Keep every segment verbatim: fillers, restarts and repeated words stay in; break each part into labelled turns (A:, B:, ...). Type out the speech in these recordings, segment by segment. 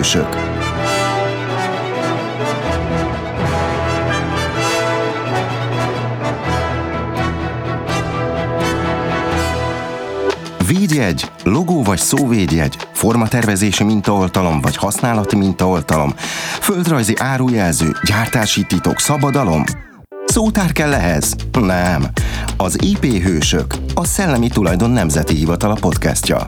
A: hősök. Védjegy, logó vagy szóvédjegy, formatervezési mintaoltalom vagy használati mintaoltalom, földrajzi árujelző, gyártási titok, szabadalom? Szótár kell ehhez? Nem. Az í pé Hősök, a Szellemi Tulajdon Nemzeti Hivatala podcastja.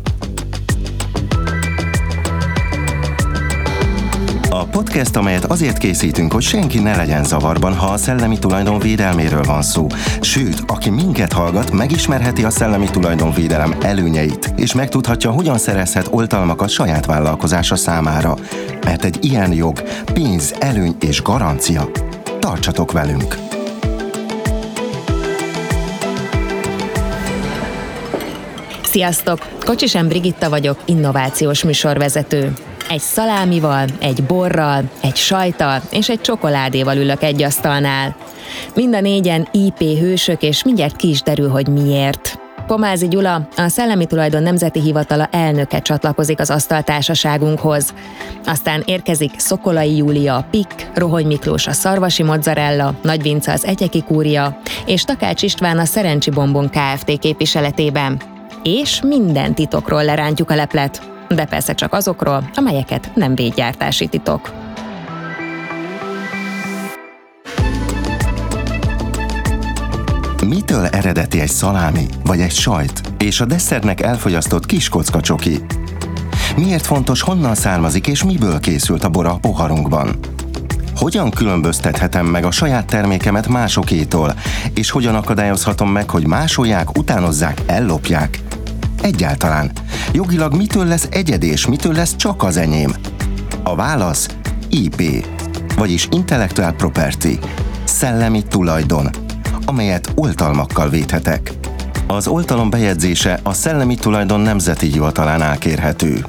A: A podcast, amelyet azért készítünk, hogy senki ne legyen zavarban, ha a szellemi tulajdon védelméről van szó. Sőt, aki minket hallgat, megismerheti a szellemi tulajdonvédelem előnyeit, és megtudhatja, hogyan szerezhet oltalmakat saját vállalkozása számára. Mert egy ilyen jog, pénz, előny és garancia. Tartsatok velünk!
B: Sziasztok! Kocsisem Brigitta vagyok, innovációs műsorvezető. Egy szalámival, egy borral, egy sajttal és egy csokoládéval ülök egy asztalnál. Mind a négyen í pé hősök, és mindjárt ki is derül, hogy miért. Pomázi Gyula, a Szellemi Tulajdon Nemzeti Hivatala elnöke csatlakozik az asztaltársaságunkhoz. Aztán érkezik Szokolai Júlia a Pik, Rohony Miklós a Szarvasi Mozzarella, Nagy Vince az Egyeki Kúria, és Takács István a Szerencsi Bombon Kft. Képviseletében. És minden titokról lerántjuk a leplet. De persze csak azokról, amelyeket nem védgyártási titok.
A: Mitől eredeti egy szalámi vagy egy sajt, és a desszertnek elfogyasztott kis kocka csoki? Miért fontos, honnan származik és miből készült a bor a poharunkban? Hogyan különböztethetem meg a saját termékemet másokétól, és hogyan akadályozhatom meg, hogy másolják, utánozzák, ellopják? Egyáltalán. Jogilag mitől lesz egyedi és mitől lesz csak az enyém? A válasz í pé, vagyis Intellectual Property, szellemi tulajdon, amelyet oltalmakkal védhetek. Az oltalom bejegyzése a Szellemi Tulajdon Nemzeti Hivatalánál kérhető.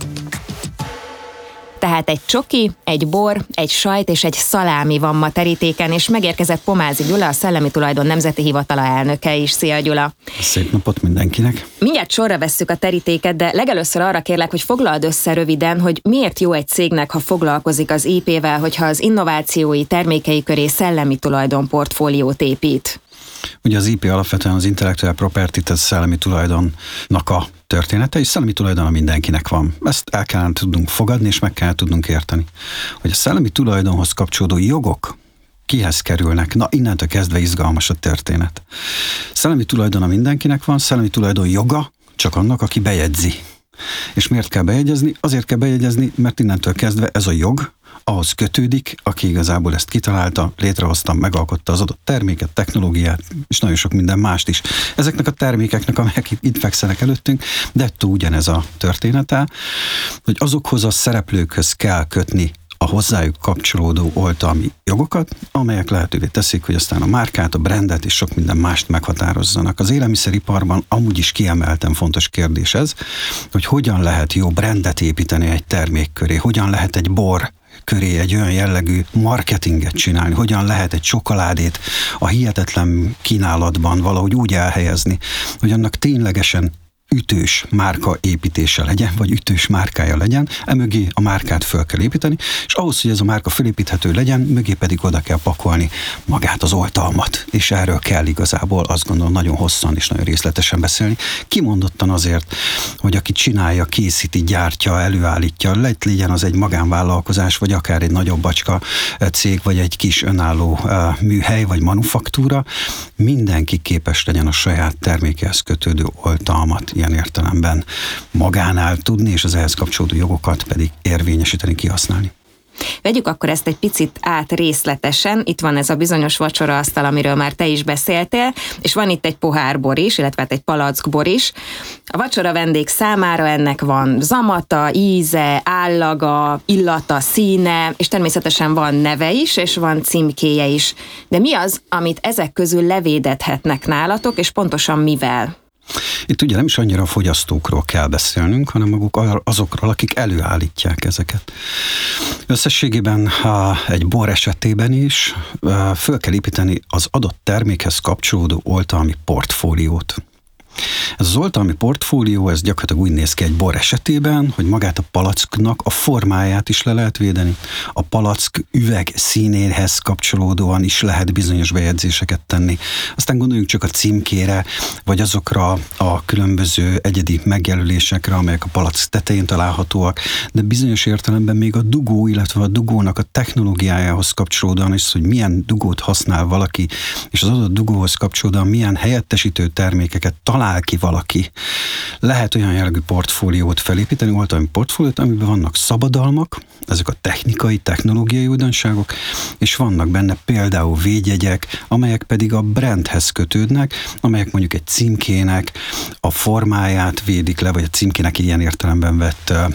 B: Tehát egy csoki, egy bor, egy sajt és egy szalámi van ma terítéken, és megérkezett Pomázi Gyula, a Szellemi Tulajdon Nemzeti Hivatala elnöke is. Szia, Gyula!
C: Szép napot mindenkinek!
B: Mindjárt sorra vesszük a terítéket, de legelőször arra kérlek, hogy foglald össze röviden, hogy miért jó egy cégnek, ha foglalkozik az í pével, hogyha az innovációi termékei köré szellemi tulajdon portfóliót épít.
C: Ugye az í pé alapvetően az Intellectual Property, tehát szellemi tulajdonnak a története, és szellemi tulajdona mindenkinek van. Ezt el kellene tudnunk fogadni, és meg kell tudnunk érteni. Hogy a szellemi tulajdonhoz kapcsolódó jogok kihez kerülnek, na innentől kezdve izgalmas a történet. Szellemi tulajdona mindenkinek van, szellemi tulajdon joga csak annak, aki bejegyzi. És miért kell bejegyezni? Azért kell bejegyezni, mert innentől kezdve ez a jog ahhoz kötődik, aki igazából ezt kitalálta, létrehozta, megalkotta az adott terméket, technológiát, és nagyon sok minden mást is. Ezeknek a termékeknek, amelyek itt fekszenek előttünk, de ettől ugyanez a története, hogy azokhoz a szereplőkhöz kell kötni a hozzájuk kapcsolódó oltalmi jogokat, amelyek lehetővé teszik, hogy aztán a márkát, a brandet és sok minden mást meghatározzanak. Az élelmiszeriparban amúgy is kiemelten fontos kérdés ez, hogy hogyan lehet jó brandet építeni egy termék köré, hogyan lehet egy bor köré egy olyan jellegű marketinget csinálni, hogyan lehet egy csokoládét a hihetetlen kínálatban valahogy úgy elhelyezni, hogy annak ténylegesen ütős márka építése legyen, vagy ütős márkája legyen, emögé a márkát föl kell építeni, és ahhoz, hogy ez a márka felépíthető legyen, mögé pedig oda kell pakolni magát az oltalmat, és erről kell igazából azt gondolom nagyon hosszan és nagyon részletesen beszélni. Kimondottan azért, hogy aki csinálja, készíti, gyártja, előállítja, legyen az egy magánvállalkozás, vagy akár egy nagyobb bacska cég, vagy egy kis önálló műhely, vagy manufaktúra, mindenki képes legyen a saját termékehez kötődő oltalmat ilyen értelemben magánál tudni, és az ehhez kapcsolódó jogokat pedig érvényesíteni, kihasználni.
B: Vegyük akkor ezt egy picit át részletesen. Itt van ez a bizonyos vacsoraasztal, amiről már te is beszéltél, és van itt egy pohár bor is, illetve hát egy palack bor is. A vacsora vendég számára ennek van zamata, íze, állaga, illata, színe, és természetesen van neve is, és van címkéje is. De mi az, amit ezek közül levédethetnek nálatok, és pontosan mivel?
C: Itt ugye nem is annyira a fogyasztókról kell beszélnünk, hanem maguk azokról, akik előállítják ezeket. Összességében egy bor esetében is föl kell építeni az adott termékhez kapcsolódó oltalmi portfóliót. Ez az oltalmi portfólió, ez gyakorlatilag úgy néz ki egy bor esetében, hogy magát a palacknak a formáját is le lehet védeni. A palack üveg színéhez kapcsolódóan is lehet bizonyos bejegyzéseket tenni. Aztán gondoljunk csak a címkére, vagy azokra a különböző egyedi megjelölésekre, amelyek a palack tetején találhatóak, de bizonyos értelemben még a dugó, illetve a dugónak a technológiájához kapcsolódóan is, hogy milyen dugót használ valaki, és az adott dugóhoz kapcsolódóan milyen helyettesítő termékeket talál ki valaki. Lehet olyan jellegű portfóliót felépíteni, oltalmi portfóliót, amiben vannak szabadalmak, ezek a technikai, technológiai újdonságok, és vannak benne például védjegyek, amelyek pedig a brandhez kötődnek, amelyek mondjuk egy címkének a formáját védik le, vagy a címkének ilyen értelemben vett uh,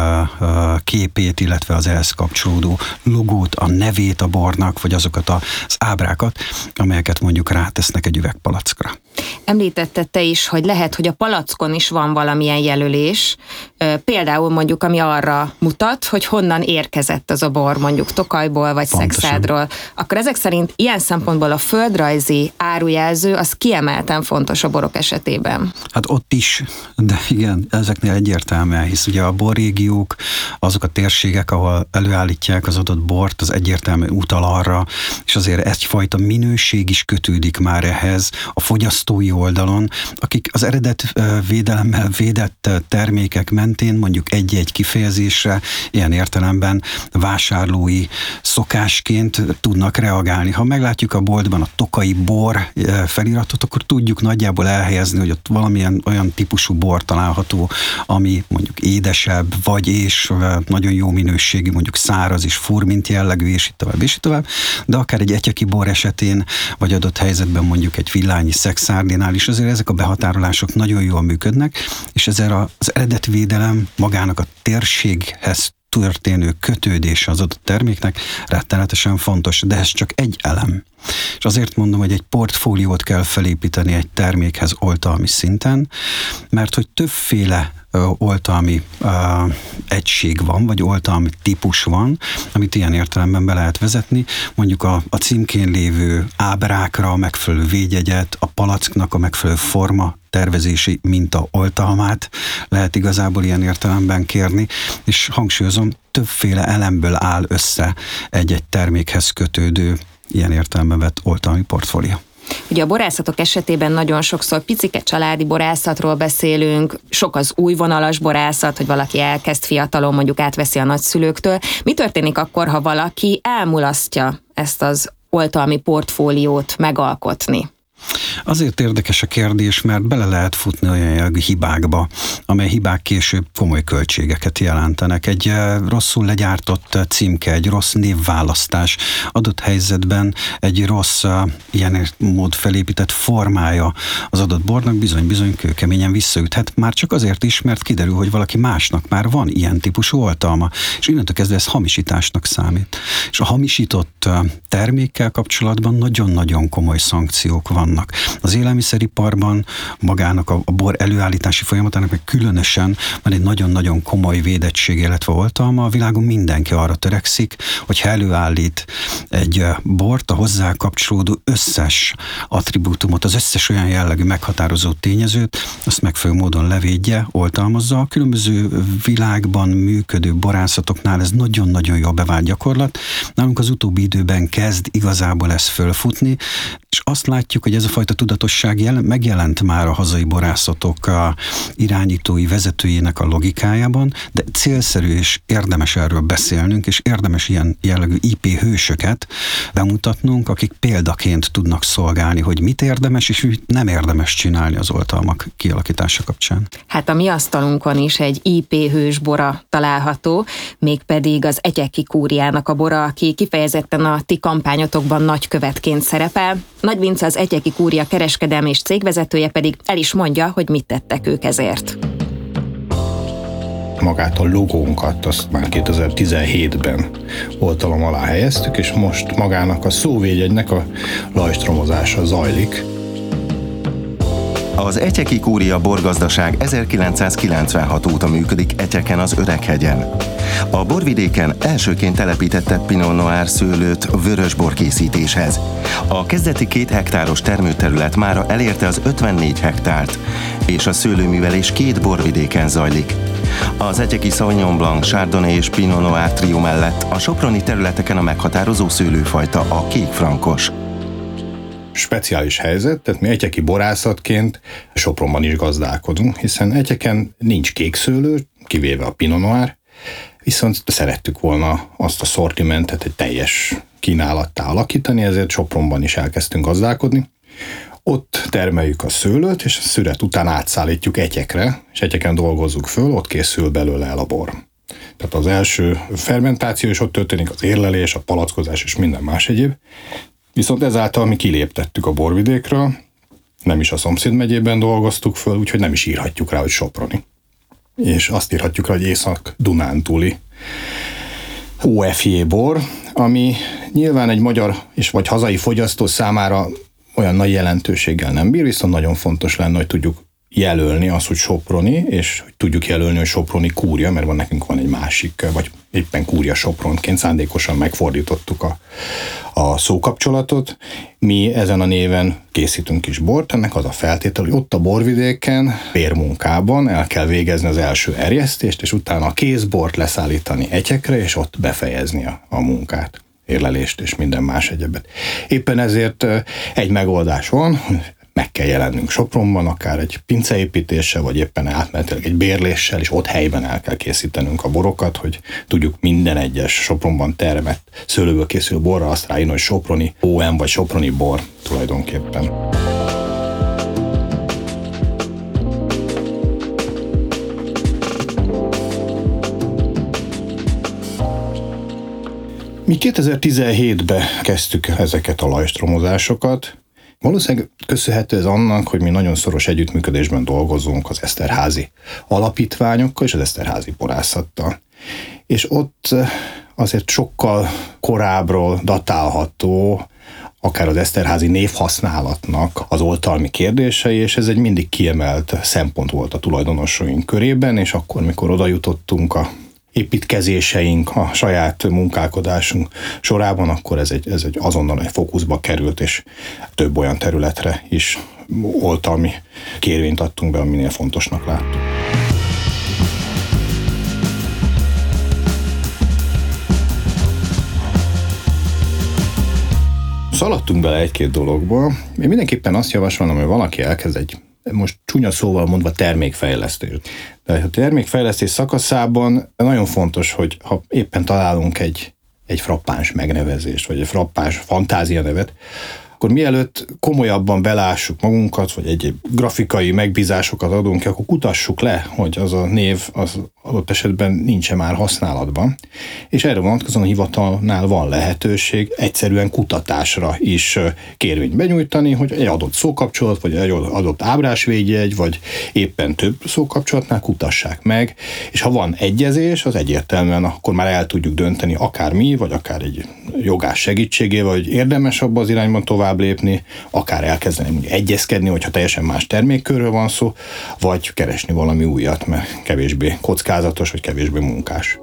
C: uh, képét, illetve az ehhez kapcsolódó logót, a nevét a bornak, vagy azokat az ábrákat, amelyeket mondjuk rátesznek egy üvegpalackra.
B: Említetted te is, hogy lehet, hogy a palackon is van valamilyen jelölés, például mondjuk, ami arra mutat, hogy honnan érkezett az a bor, mondjuk Tokajból vagy Szekszádról. Akkor ezek szerint ilyen szempontból a földrajzi árujelző az kiemelten fontos a borok esetében.
C: Hát ott is, de igen, ezeknél egyértelműen, hisz ugye a borrégiók, azok a térségek, ahol előállítják az adott bort, az egyértelműen utal arra, és azért egyfajta minőség is kötődik már ehhez a fogyasztói oldalon, akik az eredet védelemmel védett termékek mentén mondjuk egy-egy kifejezésre ilyen értelemben vásárlói szokásként tudnak reagálni. Ha meglátjuk a boltban a tokai bor feliratot, akkor tudjuk nagyjából elhelyezni, hogy ott valamilyen olyan típusú bor található, ami mondjuk édesebb, vagy és nagyon jó minőségű, mondjuk száraz és furmint jellegű, és itt tovább, és itt tovább, de akár egy etyeki bor esetén, vagy adott helyzetben mondjuk egy villányi Szekszárdénál is azért ezek a behatárolások nagyon jól működnek, és ezzel az eredetvédelem magának a térséghez történő kötődése az adott terméknek rettenetesen fontos, de ez csak egy elem. És azért mondom, hogy egy portfóliót kell felépíteni egy termékhez oltalmi szinten, mert hogy többféle ö, oltalmi ö, egység van, vagy oltalmi típus van, amit ilyen értelemben be lehet vezetni. Mondjuk a, a címkén lévő ábrákra a megfelelő védjegyet, a palacknak a megfelelő forma tervezési minta oltalmát lehet igazából ilyen értelemben kérni, és hangsúlyozom, többféle elemből áll össze egy-egy termékhez kötődő ilyen értelemben vett oltalmi portfólió.
B: Ugye a borászatok esetében nagyon sokszor picike családi borászatról beszélünk, sok az újvonalas borászat, hogy valaki elkezd fiatalon, mondjuk átveszi a nagyszülőktől. Mi történik akkor, ha valaki elmulasztja ezt az oltalmi portfóliót megalkotni?
C: Azért érdekes a kérdés, mert bele lehet futni olyan jellegű hibákba, amely hibák később komoly költségeket jelentenek. Egy rosszul legyártott címke, egy rossz névválasztás, adott helyzetben egy rossz, ilyen mód felépített formája az adott bornak bizony-bizony kőkeményen visszaüthet. Már csak azért is, mert kiderül, hogy valaki másnak már van ilyen típusú oltalma, és innentől kezdve ez hamisításnak számít. És a hamisított termékkel kapcsolatban nagyon-nagyon komoly szankciók vannak. Az élelmiszeriparban magának a, a bor előállítási folyamatának meg különösen van egy nagyon-nagyon komoly védettség, illetve oltalma. A világon mindenki arra törekszik, hogy ha előállít egy bort, a hozzá kapcsolódó összes attribútumot, az összes olyan jellegű meghatározó tényezőt, azt megfelelő módon levédje, oltalmazza. A különböző világban működő borászatoknál ez nagyon-nagyon jól bevált gyakorlat. Nálunk az utóbbi időben kezd igazából ez fölfutni, és azt látjuk, hogy ez a fajta tudatosság jelen, megjelent már a hazai borászatok a irányítói, vezetőjének a logikájában, de célszerű és érdemes erről beszélnünk, és érdemes ilyen jellegű í pé hősöket bemutatnunk, akik példaként tudnak szolgálni, hogy mit érdemes és mit nem érdemes csinálni az oltalmak kialakítása kapcsán.
B: Hát a mi asztalunkon is egy í pé hős bora található, mégpedig az Etyeki Kúriának a bora, aki kifejezetten a ti kampányotokban nagykövetként szerepel. Nagy Vince, az Etyeki Kúria kereskedelmi és cégvezetője pedig el is mondja, hogy mit tettek ők ezért.
D: Magát a logónkat azt már kétezer-tizenhétben oltalom alá helyeztük, és most magának a szóvédjegynek a lajstromozása zajlik.
A: Az Etyeki Kúria borgazdaság ezerkilencszázkilencvenhat óta működik Etyeken az Öreghegyen. A borvidéken elsőként telepítette Pinot Noir szőlőt vörösbor készítéshez. A kezdeti két hektáros termőterület mára elérte az ötvennégy hektárt, és a szőlőművelés két borvidéken zajlik. Az egyeki Sauvignon Blanc, Chardonnay és Pinot Noir trió mellett a soproni területeken a meghatározó szőlőfajta a kék frankos.
D: Speciális helyzet, tehát mi egyeki borászatként Sopronban is gazdálkodunk, hiszen egyeken nincs kék szőlő, kivéve a Pinot Noir, viszont szerettük volna azt a szortimentet egy teljes kínálattá alakítani, ezért Sopronban is elkezdtünk gazdálkodni. Ott termeljük a szőlőt, és a szüret után átszállítjuk egyekre, és egyeken dolgozzuk föl, ott készül belőle el a bor. Tehát az első fermentáció is ott történik, az érlelés, a palackozás és minden más egyéb. Viszont ezáltal mi kiléptettük a borvidékről, nem is a szomszéd megyében dolgoztuk föl, úgyhogy nem is írhatjuk rá, hogy soproni. És azt írhatjuk rá, hogy Észak-Dunántúli o ef jé bor, ami nyilván egy magyar és vagy hazai fogyasztó számára olyan nagy jelentőséggel nem bír, viszont nagyon fontos lenne, hogy tudjuk jelölni azt, hogy soproni, és hogy tudjuk jelölni, hogy soproni kúria, mert van nekünk van egy másik, vagy éppen kúria sopronként, szándékosan megfordítottuk a, a szókapcsolatot. Mi ezen a néven készítünk is bort, ennek az a feltétel, hogy ott a borvidéken, bérmunkában el kell végezni az első erjesztést, és utána a kézbort leszállítani egyekre, és ott befejezni a, a munkát, érlelést és minden más egyebet. Éppen ezért egy megoldás van, meg kell jelennünk Sopronban, akár egy pinceépítéssel, vagy éppen átmenetileg egy bérléssel, és ott helyben el kell készítenünk a borokat, hogy tudjuk minden egyes Sopronban termett szőlőből készülő borra azt ráírni, hogy soproni o em vagy soproni bor tulajdonképpen. Mi kétezer-tizenhétben kezdtük ezeket a lajstromozásokat. Valószínűleg köszönhető ez annak, hogy mi nagyon szoros együttműködésben dolgozunk az Eszterházy alapítványokkal és az Eszterházy borászattal. És ott azért sokkal korábbról datálható akár az Eszterházy névhasználatnak az oltalmi kérdései, és ez egy mindig kiemelt szempont volt a tulajdonosaink körében, és akkor, mikor oda jutottunk a építkezéseink, a saját munkálkodásunk sorában, akkor ez egy, ez egy azonnal egy fókuszba került, és több olyan területre is oltalmi kérvényt adtunk be, aminél fontosnak láttuk. Szaladtunk bele egy-két dologba. Én mindenképpen azt javasolom, hogy valaki elkezd egy, most csúnya szóval mondva, termékfejlesztést. De a termékfejlesztés szakaszában nagyon fontos, hogy ha éppen találunk egy, egy frappáns megnevezést, vagy egy frappáns fantázia nevet, akkor mielőtt komolyabban belássuk magunkat, vagy egy grafikai megbízásokat adunk ki, akkor kutassuk le, hogy az a név az adott esetben nincs már használatban. És erre vonatkozóan a hivatalnál van lehetőség egyszerűen kutatásra is kérvényt benyújtani, hogy egy adott szókapcsolat, vagy egy adott ábrásvédjegy, vagy éppen több szókapcsolatnál kutassák meg, és ha van egyezés, az egyértelműen akkor már el tudjuk dönteni akár mi, vagy akár egy jogás segítségével, hogy érdemes abba az irányban tovább lépni, akár elkezdeni mondjuk egyezkedni, hogyha teljesen más termékkörről van szó, vagy keresni valami újat, mert kevésbé kockázatos, vagy kevésbé munkás.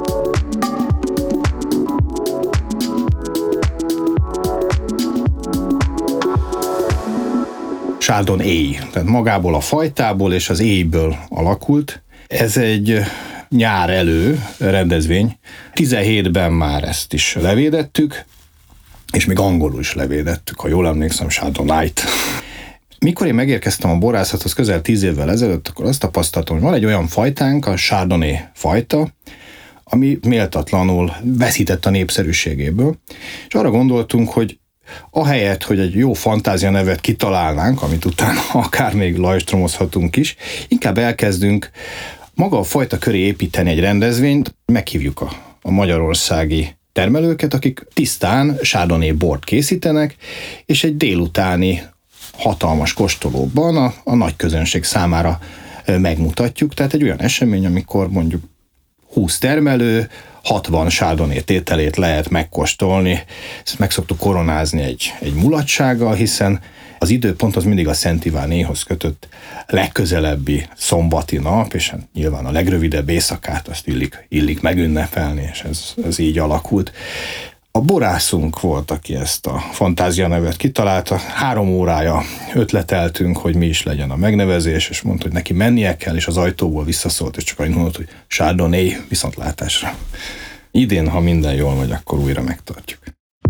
D: Chardonnay, tehát magából a fajtából és az éjből alakult. Ez egy nyár elő rendezvény. tizenhétben már ezt is levédettük, és még angolul is levédettük, ha jól emlékszem, Chardonnay-t. Mikor én megérkeztem a borászathoz közel tíz évvel ezelőtt, akkor azt tapasztaltam, hogy van egy olyan fajtánk, a Chardonnay fajta, ami méltatlanul veszített a népszerűségéből, és arra gondoltunk, hogy ahelyett, hogy egy jó fantázia nevet kitalálnánk, amit utána akár még lajstromozhatunk is, inkább elkezdünk maga a fajta köré építeni egy rendezvényt, meghívjuk a, a magyarországi termelőket, akik tisztán Chardonnay bort készítenek, és egy délutáni hatalmas kóstolóban a, a nagy közönség számára megmutatjuk. Tehát egy olyan esemény, amikor mondjuk húsz termelő, hatvan Chardonnay tételét lehet megkóstolni. Ezt meg szoktuk koronázni egy, egy mulatsággal, hiszen az időpont az mindig a Szent Ivánéhoz kötött legközelebbi szombati nap, és hát nyilván a legrövidebb éjszakát azt illik, illik megünnepelni, és ez, ez így alakult. A borászunk volt, aki ezt a fantázia nevet kitalálta. Három órája ötleteltünk, hogy mi is legyen a megnevezés, és mondta, hogy neki mennie kell, és az ajtóból visszaszólt, és csak annyit mondott, hogy Chardonnay, viszontlátásra. Idén, ha minden jól megy, akkor újra megtartjuk.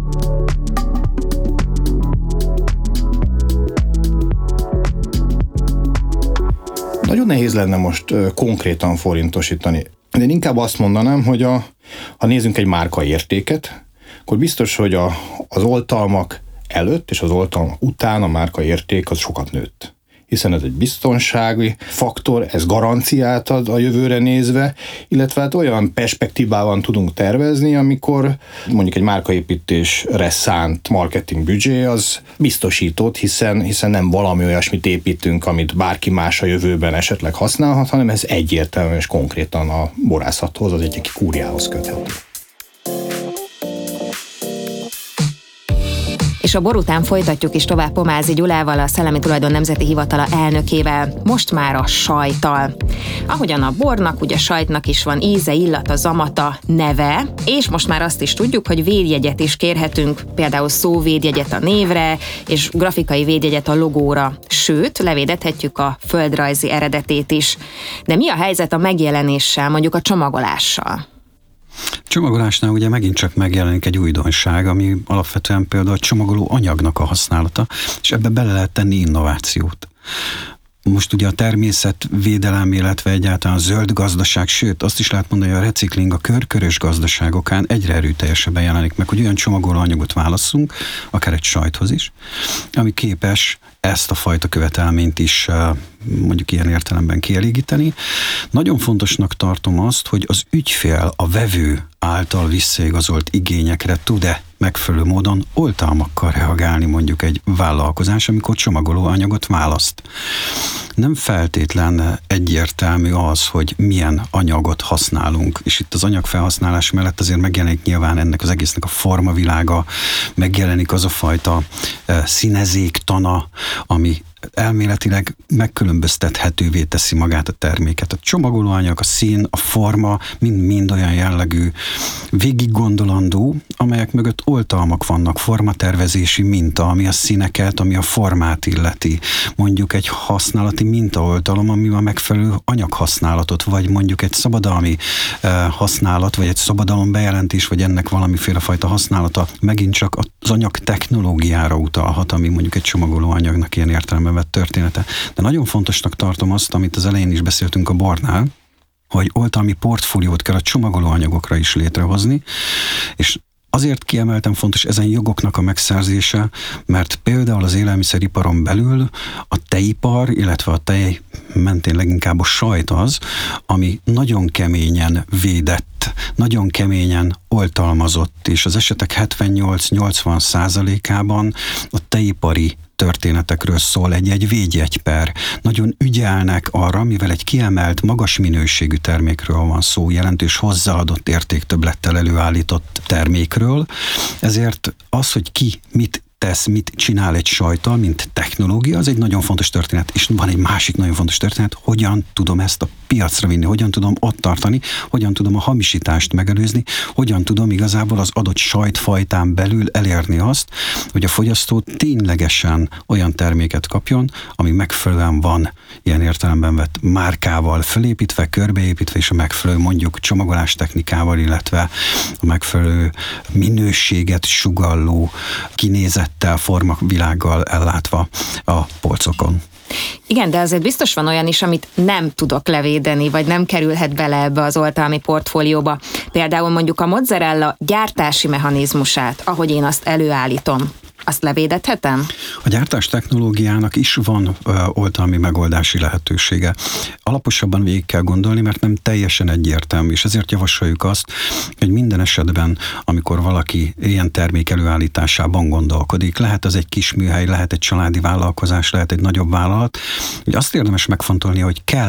D: Nagyon nehéz lenne most konkrétan forintosítani. De én inkább azt mondanám, hogy a, ha nézzünk egy márka értéket, akkor biztos, hogy a, az oltalmak előtt és az oltalmak után a márka érték az sokat nőtt. Hiszen ez egy biztonsági faktor, ez garanciát ad a jövőre nézve, illetve hát olyan perspektívában tudunk tervezni, amikor mondjuk egy márkaépítésre szánt marketing büdzsé az biztosított, hiszen, hiszen nem valami olyasmit építünk, amit bárki más a jövőben esetleg használhat, hanem ez egyértelműen és konkrétan a borászathoz, az egyik kúriához köthető.
B: És a bor után folytatjuk is tovább Pomázi Gyulával, a Szellemi Tulajdon Nemzeti Hivatala elnökével, most már a sajttal. Ahogyan a bornak, ugye a sajtnak is van íze, illata, zamata, neve, és most már azt is tudjuk, hogy védjegyet is kérhetünk, például szóvédjegyet a névre, és grafikai védjegyet a logóra, sőt, levédethetjük a földrajzi eredetét is. De mi a helyzet a megjelenéssel, mondjuk a csomagolással?
C: Csomagolásnál ugye megint csak megjelenik egy újdonság, ami alapvetően például a csomagoló anyagnak a használata, és ebbe bele lehet tenni innovációt. Most ugye a természetvédelem, illetve egyáltalán a zöld gazdaság, sőt azt is lehet mondani, hogy a recikling, a körkörös gazdaságokán egyre erőteljesebben jelenik meg, hogy olyan csomagoló anyagot válasszunk, akár egy sajthoz is, ami képes ezt a fajta követelményt is mondjuk ilyen értelemben kielégíteni. Nagyon fontosnak tartom azt, hogy az ügyfél, a vevő által visszaigazolt igényekre tud-e megfelelő módon oltalmakkal reagálni mondjuk egy vállalkozás, amikor csomagoló anyagot választ. Nem feltétlen egyértelmű az, hogy milyen anyagot használunk, és itt az anyagfelhasználás mellett azért megjelenik nyilván ennek az egésznek a formavilága, megjelenik az a fajta e, színezéktana, ami elméletileg megkülönböztethetővé teszi magát a terméket. A csomagolóanyag, a szín, a forma mind-mind olyan jellegű végiggondolandó, amelyek mögött oltalmak vannak, formatervezési minta, ami a színeket, ami a formát illeti. Mondjuk egy használati mintaoltalom, ami a megfelelő anyaghasználatot, vagy mondjuk egy szabadalmi eh, használat, vagy egy szabadalom bejelentés, vagy ennek valamiféle fajta használata megint csak az anyag technológiára utalhat, ami mondjuk egy csomagolóanyagnak ilyen értelemben vett története. De nagyon fontosnak tartom azt, amit az elején is beszéltünk a bornál, hogy oltalmi portfóliót kell a csomagolóanyagokra is létrehozni, és azért kiemeltem fontos ezen jogoknak a megszerzése, mert például az élelmiszeriparon belül a tejipar, illetve a tej mentén leginkább a sajt az, ami nagyon keményen védett, nagyon keményen oltalmazott, és az esetek hetvennyolc-nyolcvan százalékában a tejipari történetekről szól egy-egy védjegyper. Nagyon ügyelnek arra, mivel egy kiemelt, magas minőségű termékről van szó, jelentős hozzáadott értéktöbblettel előállított termékről, ezért az, hogy ki mit tesz, mit csinál egy sajttal, mint technológia, az egy nagyon fontos történet. És van egy másik nagyon fontos történet, hogyan tudom ezt a piacra vinni, hogyan tudom ott tartani, hogyan tudom a hamisítást megelőzni, hogyan tudom igazából az adott sajtfajtán belül elérni azt, hogy a fogyasztó ténylegesen olyan terméket kapjon, ami megfelelően van ilyen értelemben vett márkával fölépítve, körbeépítve, és a megfelelő mondjuk csomagolás technikával, illetve a megfelelő minőséget sugalló kinézettel, formavilággal ellátva a polcokon.
B: Igen, de azért biztos van olyan is, amit nem tudok levédeni, vagy nem kerülhet bele ebbe az oltalmi portfólióba. Például mondjuk a mozzarella gyártási mechanizmusát, ahogy én azt előállítom. Azt levédethetem?
C: A gyártás technológiának is van ö, oltalmi megoldási lehetősége. Alaposabban végig kell gondolni, mert nem teljesen egyértelmű, és ezért javasoljuk azt, hogy minden esetben, amikor valaki ilyen termék előállításában gondolkodik, lehet az egy kis műhely, lehet egy családi vállalkozás, lehet egy nagyobb vállalat, hogy azt érdemes megfontolni, hogy kell-e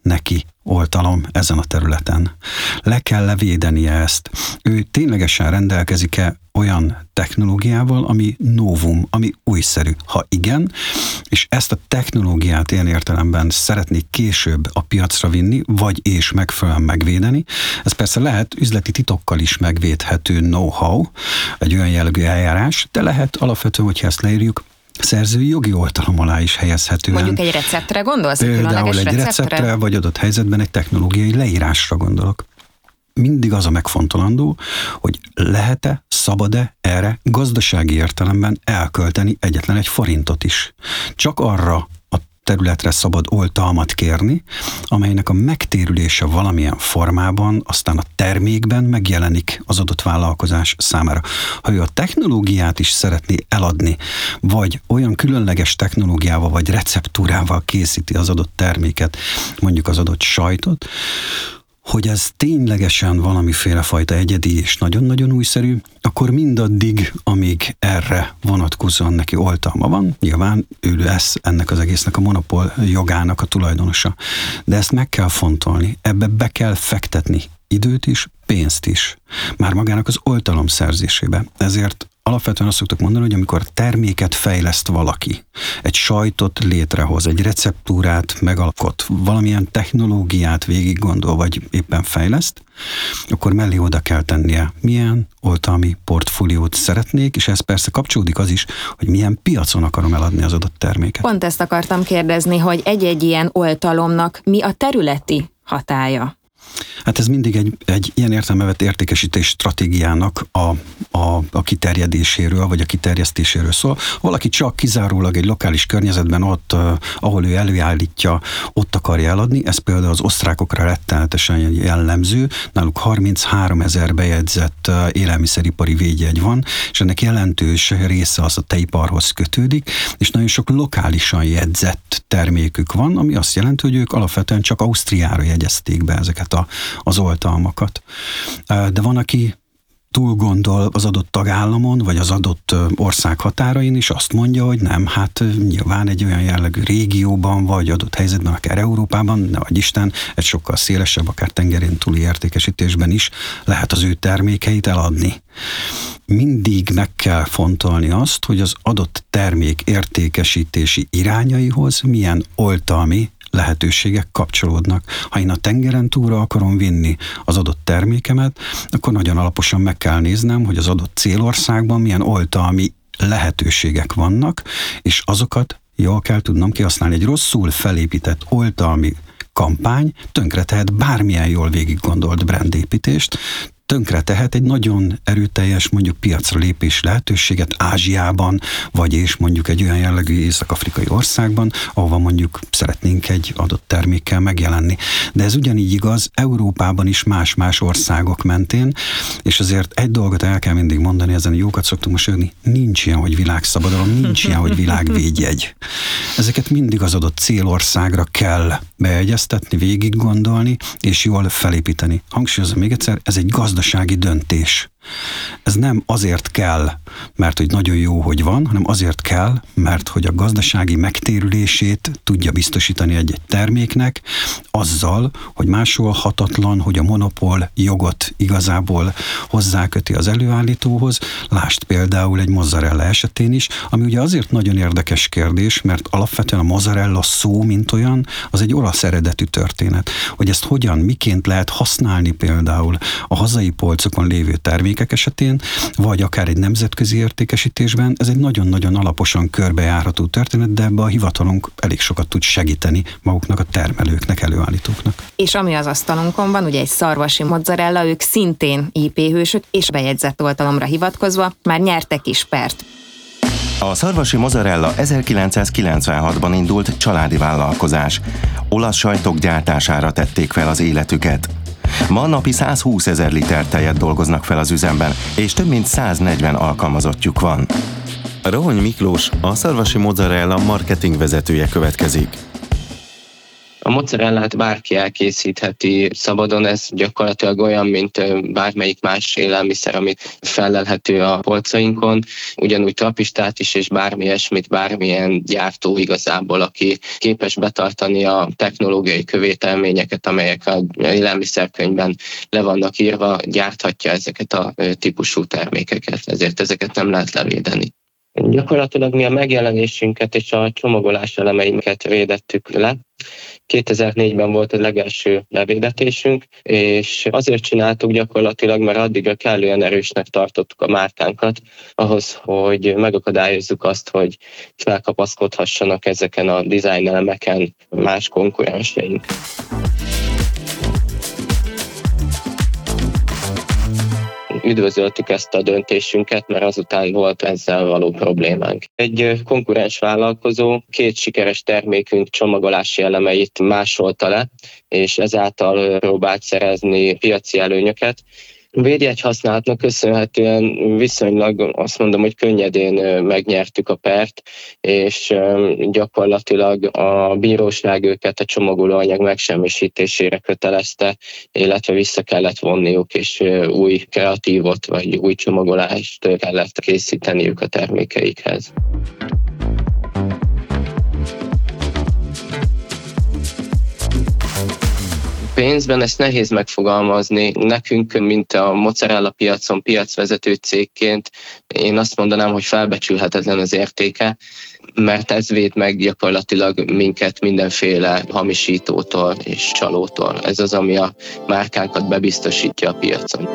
C: neki oltalom ezen a területen. Le kell levédenie ezt. Ő ténylegesen rendelkezik-e olyan technológiával, ami novum, ami újszerű? Ha igen, és ezt a technológiát ilyen értelemben szeretnék később a piacra vinni, vagy és megfelelően megvédeni, ez persze lehet üzleti titokkal is megvédhető know-how, egy olyan jellegű eljárás, de lehet alapvetően, hogyha ezt leírjuk, szerzői jogi oltalom alá is helyezhetően.
B: Mondjuk egy receptre gondolsz?
C: Például egy
B: receptre?
C: receptre, vagy adott helyzetben egy technológiai leírásra gondolok. Mindig az a megfontolandó, hogy lehet-e, szabad-e erre gazdasági értelemben elkölteni egyetlen egy forintot is. Csak arra a területre szabad oltalmat kérni, amelynek a megtérülése valamilyen formában, aztán a termékben megjelenik az adott vállalkozás számára. Ha ő a technológiát is szeretné eladni, vagy olyan különleges technológiával, vagy receptúrával készíti az adott terméket, mondjuk az adott sajtot, hogy ez ténylegesen valamiféle fajta egyedi és nagyon-nagyon újszerű, akkor mindaddig, amíg erre vonatkozóan neki oltalma van, nyilván ő lesz ennek az egésznek a monopól jogának a tulajdonosa. De ezt meg kell fontolni, ebbe be kell fektetni időt is, pénzt is, már magának az oltalom szerzésébe. Ezért alapvetően azt szoktuk mondani, hogy amikor terméket fejleszt valaki, egy sajtot létrehoz, egy receptúrát megalkot, valamilyen technológiát végig gondol, vagy éppen fejleszt, akkor mellé oda kell tennie, milyen oltalmi portfóliót szeretnék, és ez persze kapcsolódik az is, hogy milyen piacon akarom eladni az adott terméket.
B: Pont ezt akartam kérdezni, hogy egy-egy ilyen oltalomnak mi a területi hatálya?
C: Hát ez mindig egy, egy ilyen értelme vett értékesítés stratégiának a, a, a kiterjedéséről, vagy a kiterjesztéséről szól. Valaki csak kizárólag egy lokális környezetben ott, uh, ahol ő előállítja, ott akarja eladni. Ez például az osztrákokra rettenetesen jellemző. Náluk harmincháromezer bejegyzett uh, élelmiszeripari védjegy van, és ennek jelentős része az a tejiparhoz kötődik, és nagyon sok lokálisan jegyzett termékük van, ami azt jelenti, hogy ők alapvetően csak Ausztriára jegyezték be ezeket a, az oltalmakat. De van, aki túl gondol az adott tagállamon, vagy az adott ország határain, és azt mondja, hogy nem, hát nyilván egy olyan jellegű régióban, vagy adott helyzetben, akár Európában, nehogy Isten, egy sokkal szélesebb, akár tengerén túli értékesítésben is lehet az ő termékeit eladni. Mindig meg kell fontolni azt, hogy az adott termék értékesítési irányaihoz milyen oltalmi lehetőségek kapcsolódnak. Ha én a tengeren túlra akarom vinni az adott termékemet, akkor nagyon alaposan meg kell néznem, hogy az adott célországban milyen oltalmi lehetőségek vannak, és azokat jól kell tudnom kihasználni. Egy rosszul felépített oltalmi kampány tönkretehet bármilyen jól végig gondolt brandépítést, tönkre tehet egy nagyon erőteljes mondjuk piacra lépés lehetőséget Ázsiában, vagy és mondjuk egy olyan jellegű észak-afrikai országban, ahova mondjuk szeretnénk egy adott termékkel megjelenni. De ez ugyanígy igaz Európában is más-más országok mentén, és azért egy dolgot el kell mindig mondani, ezen jókat szoktunk mosolyogni, nincs ilyen, hogy világszabadalom, nincs ilyen, hogy világvédjegy. Ezeket mindig az adott célországra kell beegyeztetni, végig gondolni, és jól felépíteni. Hangsúlyozom még egyszer, ez egy gazdasági döntés. Ez nem azért kell, mert hogy nagyon jó, hogy van, hanem azért kell, mert hogy a gazdasági megtérülését tudja biztosítani egy-egy terméknek, azzal, hogy máshol hatatlan, hogy a monopól jogot igazából hozzáköti az előállítóhoz. Lásd például egy mozzarella esetén is, ami ugye azért nagyon érdekes kérdés, mert alapvetően a mozzarella szó, mint olyan, az egy olasz eredetű történet. Hogy ezt hogyan, miként lehet használni például a hazai polcokon lévő termék esetén, vagy akár egy nemzetközi értékesítésben, ez egy nagyon-nagyon alaposan körbejárható történet, de ebbe a hivatalunk elég sokat tud segíteni maguknak a termelőknek, előállítóknak.
B: És ami az asztalunkon van, ugye egy szarvasi mozzarella, ők szintén í pé hősök, és bejegyzett oltalomra hivatkozva már nyertek is pert.
A: A szarvasi mozzarella ezerkilencszázkilencvenhatban indult családi vállalkozás. Olasz sajtok gyártására tették fel az életüket. Ma napi százhúszezer liter tejet dolgoznak fel az üzemben, és több mint száznegyven alkalmazottjuk van. Rohony Miklós, a szarvasi mozzarella marketing vezetője következik.
E: A mozzarellát bárki elkészítheti szabadon, ez gyakorlatilag olyan, mint bármelyik más élelmiszer, amit fellelhető a polcainkon, ugyanúgy trapistát is, és bármi ilyesmit, bármilyen gyártó igazából, aki képes betartani a technológiai követelményeket, amelyek az élelmiszerkönyvben le vannak írva, gyárthatja ezeket a típusú termékeket, ezért ezeket nem lehet levédeni. Gyakorlatilag mi a megjelenésünket és a csomagolás elemeinket védettük le. kétezer-négyben volt a legelső levédetésünk, és azért csináltuk gyakorlatilag, mert addigra kellően erősnek tartottuk a márkánkat, ahhoz, hogy megakadályozzuk azt, hogy felkapaszkodhassanak ezeken a design elemeken más konkurenseink. Üdvözöltük ezt a döntésünket, mert azután volt ezzel való problémánk. Egy konkurens vállalkozó két sikeres termékünk csomagolási elemeit másolta le, és ezáltal próbált szerezni piaci előnyöket. Védjegy használatnak köszönhetően viszonylag azt mondom, hogy könnyedén megnyertük a pert, és gyakorlatilag a bíróság őket a csomagolóanyag megsemmisítésére kötelezte, illetve vissza kellett vonniuk, és új kreatívot vagy új csomagolást kellett készíteniük a termékeikhez. Pénzben ezt nehéz megfogalmazni. Nekünk, mint a mozzarella piacon piacvezető cégként, én azt mondanám, hogy felbecsülhetetlen az értéke, mert ez véd meg gyakorlatilag minket mindenféle hamisítótól és csalótól. Ez az, ami a márkánkat bebiztosítja a piacon.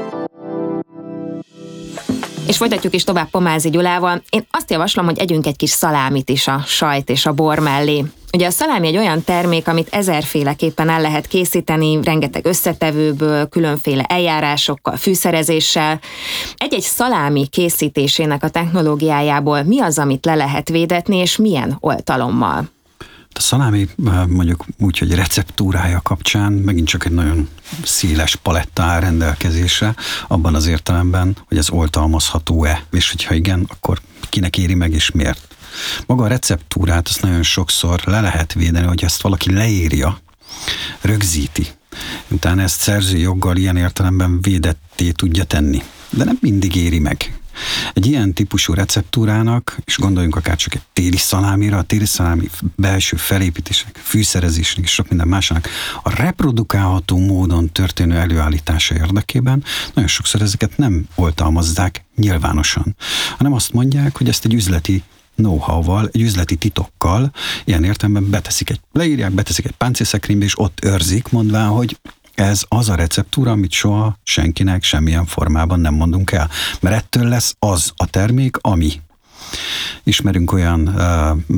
B: És folytatjuk is tovább Pomázi Gyulával. Én azt javaslom, hogy együnk egy kis szalámit is a sajt és a bor mellé. Ugye a szalámi egy olyan termék, amit ezerféleképpen el lehet készíteni, rengeteg összetevőből, különféle eljárásokkal, fűszerezéssel. Egy-egy szalámi készítésének a technológiájából mi az, amit le lehet védetni, és milyen oltalommal?
C: A szalámi mondjuk úgy, hogy receptúrája kapcsán megint csak egy nagyon széles paletta áll rendelkezésre, abban az értelemben, hogy ez oltalmazható-e, és hogyha igen, akkor kinek éri meg és miért. Maga a receptúrát azt nagyon sokszor le lehet védeni, hogy ezt valaki leírja, rögzíti. Utána ezt szerzői joggal ilyen értelemben védetté tudja tenni. De nem mindig éri meg. Egy ilyen típusú receptúrának, és gondoljunk akár csak egy téli szalámira, a téli szalámi belső felépítésnek, fűszerezésnek és sok minden másnak a reprodukálható módon történő előállítása érdekében nagyon sokszor ezeket nem oltalmazzák nyilvánosan, hanem azt mondják, hogy ezt egy üzleti know-how-val, egy üzleti titokkal, ilyen értelemben beteszik egy, leírják, beteszik egy páncélszekrénybe, és ott őrzik, mondván, hogy ez az a receptúra, amit soha senkinek semmilyen formában nem mondunk el. Mert ettől lesz az a termék, ami. Ismerünk olyan uh,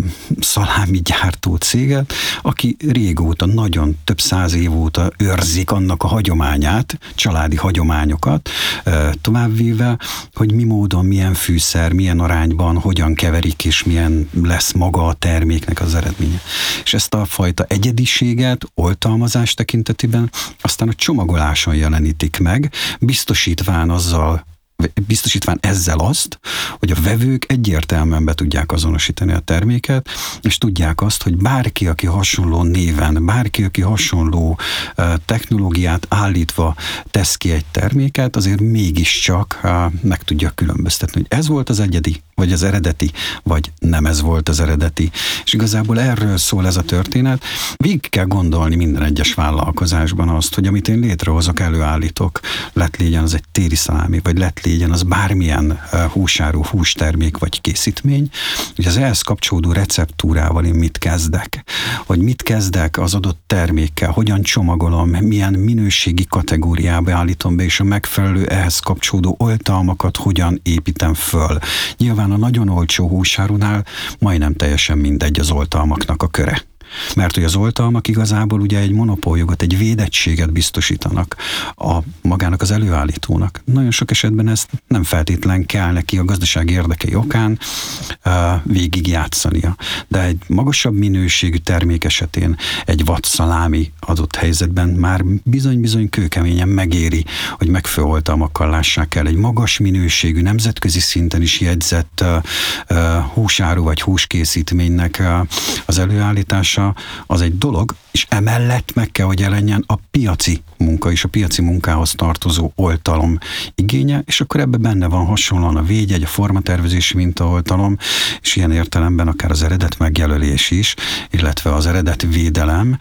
C: szalámi gyártó céget, aki régóta, nagyon több száz év óta őrzik annak a hagyományát, családi hagyományokat uh, továbbvéve, hogy mi módon, milyen fűszer, milyen arányban, hogyan keverik, és milyen lesz maga a terméknek az eredménye. És ezt a fajta egyediséget, oltalmazás tekintetében aztán a csomagoláson jelenítik meg, biztosítván azzal, biztosítván ezzel azt, hogy a vevők egyértelműen be tudják azonosítani a terméket, és tudják azt, hogy bárki, aki hasonló néven, bárki, aki hasonló uh, technológiát állítva tesz ki egy terméket, azért mégiscsak uh, meg tudja különböztetni, hogy ez volt az egyedi, vagy az eredeti, vagy nem ez volt az eredeti. És igazából erről szól ez a történet. Végig kell gondolni minden egyes vállalkozásban azt, hogy amit én létrehozok, előállítok, lett legyen az egy téli szalámi, vagy lett legyen az bármilyen húsáru, hústermék vagy készítmény, hogy az ehhez kapcsolódó receptúrával én mit kezdek, hogy mit kezdek az adott termékkel, hogyan csomagolom, milyen minőségi kategóriába állítom be, és a megfelelő ehhez kapcsolódó oltalmakat hogyan építem föl. Nyilván a nagyon olcsó húsárunál majdnem teljesen mindegy az oltalmaknak a köre. Mert hogy az oltalmak igazából ugye egy monopóljogot, egy védettséget biztosítanak a magának az előállítónak. Nagyon sok esetben ezt nem feltétlen kell neki a gazdasági érdekei okán uh, végigjátszania. De egy magasabb minőségű termék esetén egy watt szalámi adott helyzetben már bizony-bizony kőkeményen megéri, hogy megfelelő oltalmakkal lássák el egy magas minőségű, nemzetközi szinten is jegyzett uh, uh, húsáru vagy húskészítménynek uh, az előállítása, előállítása az egy dolog, és emellett meg kell, hogy jelenjen a piaci munka és a piaci munkához tartozó oltalom igénye, és akkor ebben benne van hasonlóan a védjegy, a formatervezési mintaoltalom, és ilyen értelemben akár az eredet megjelölés is, illetve az eredet védelem,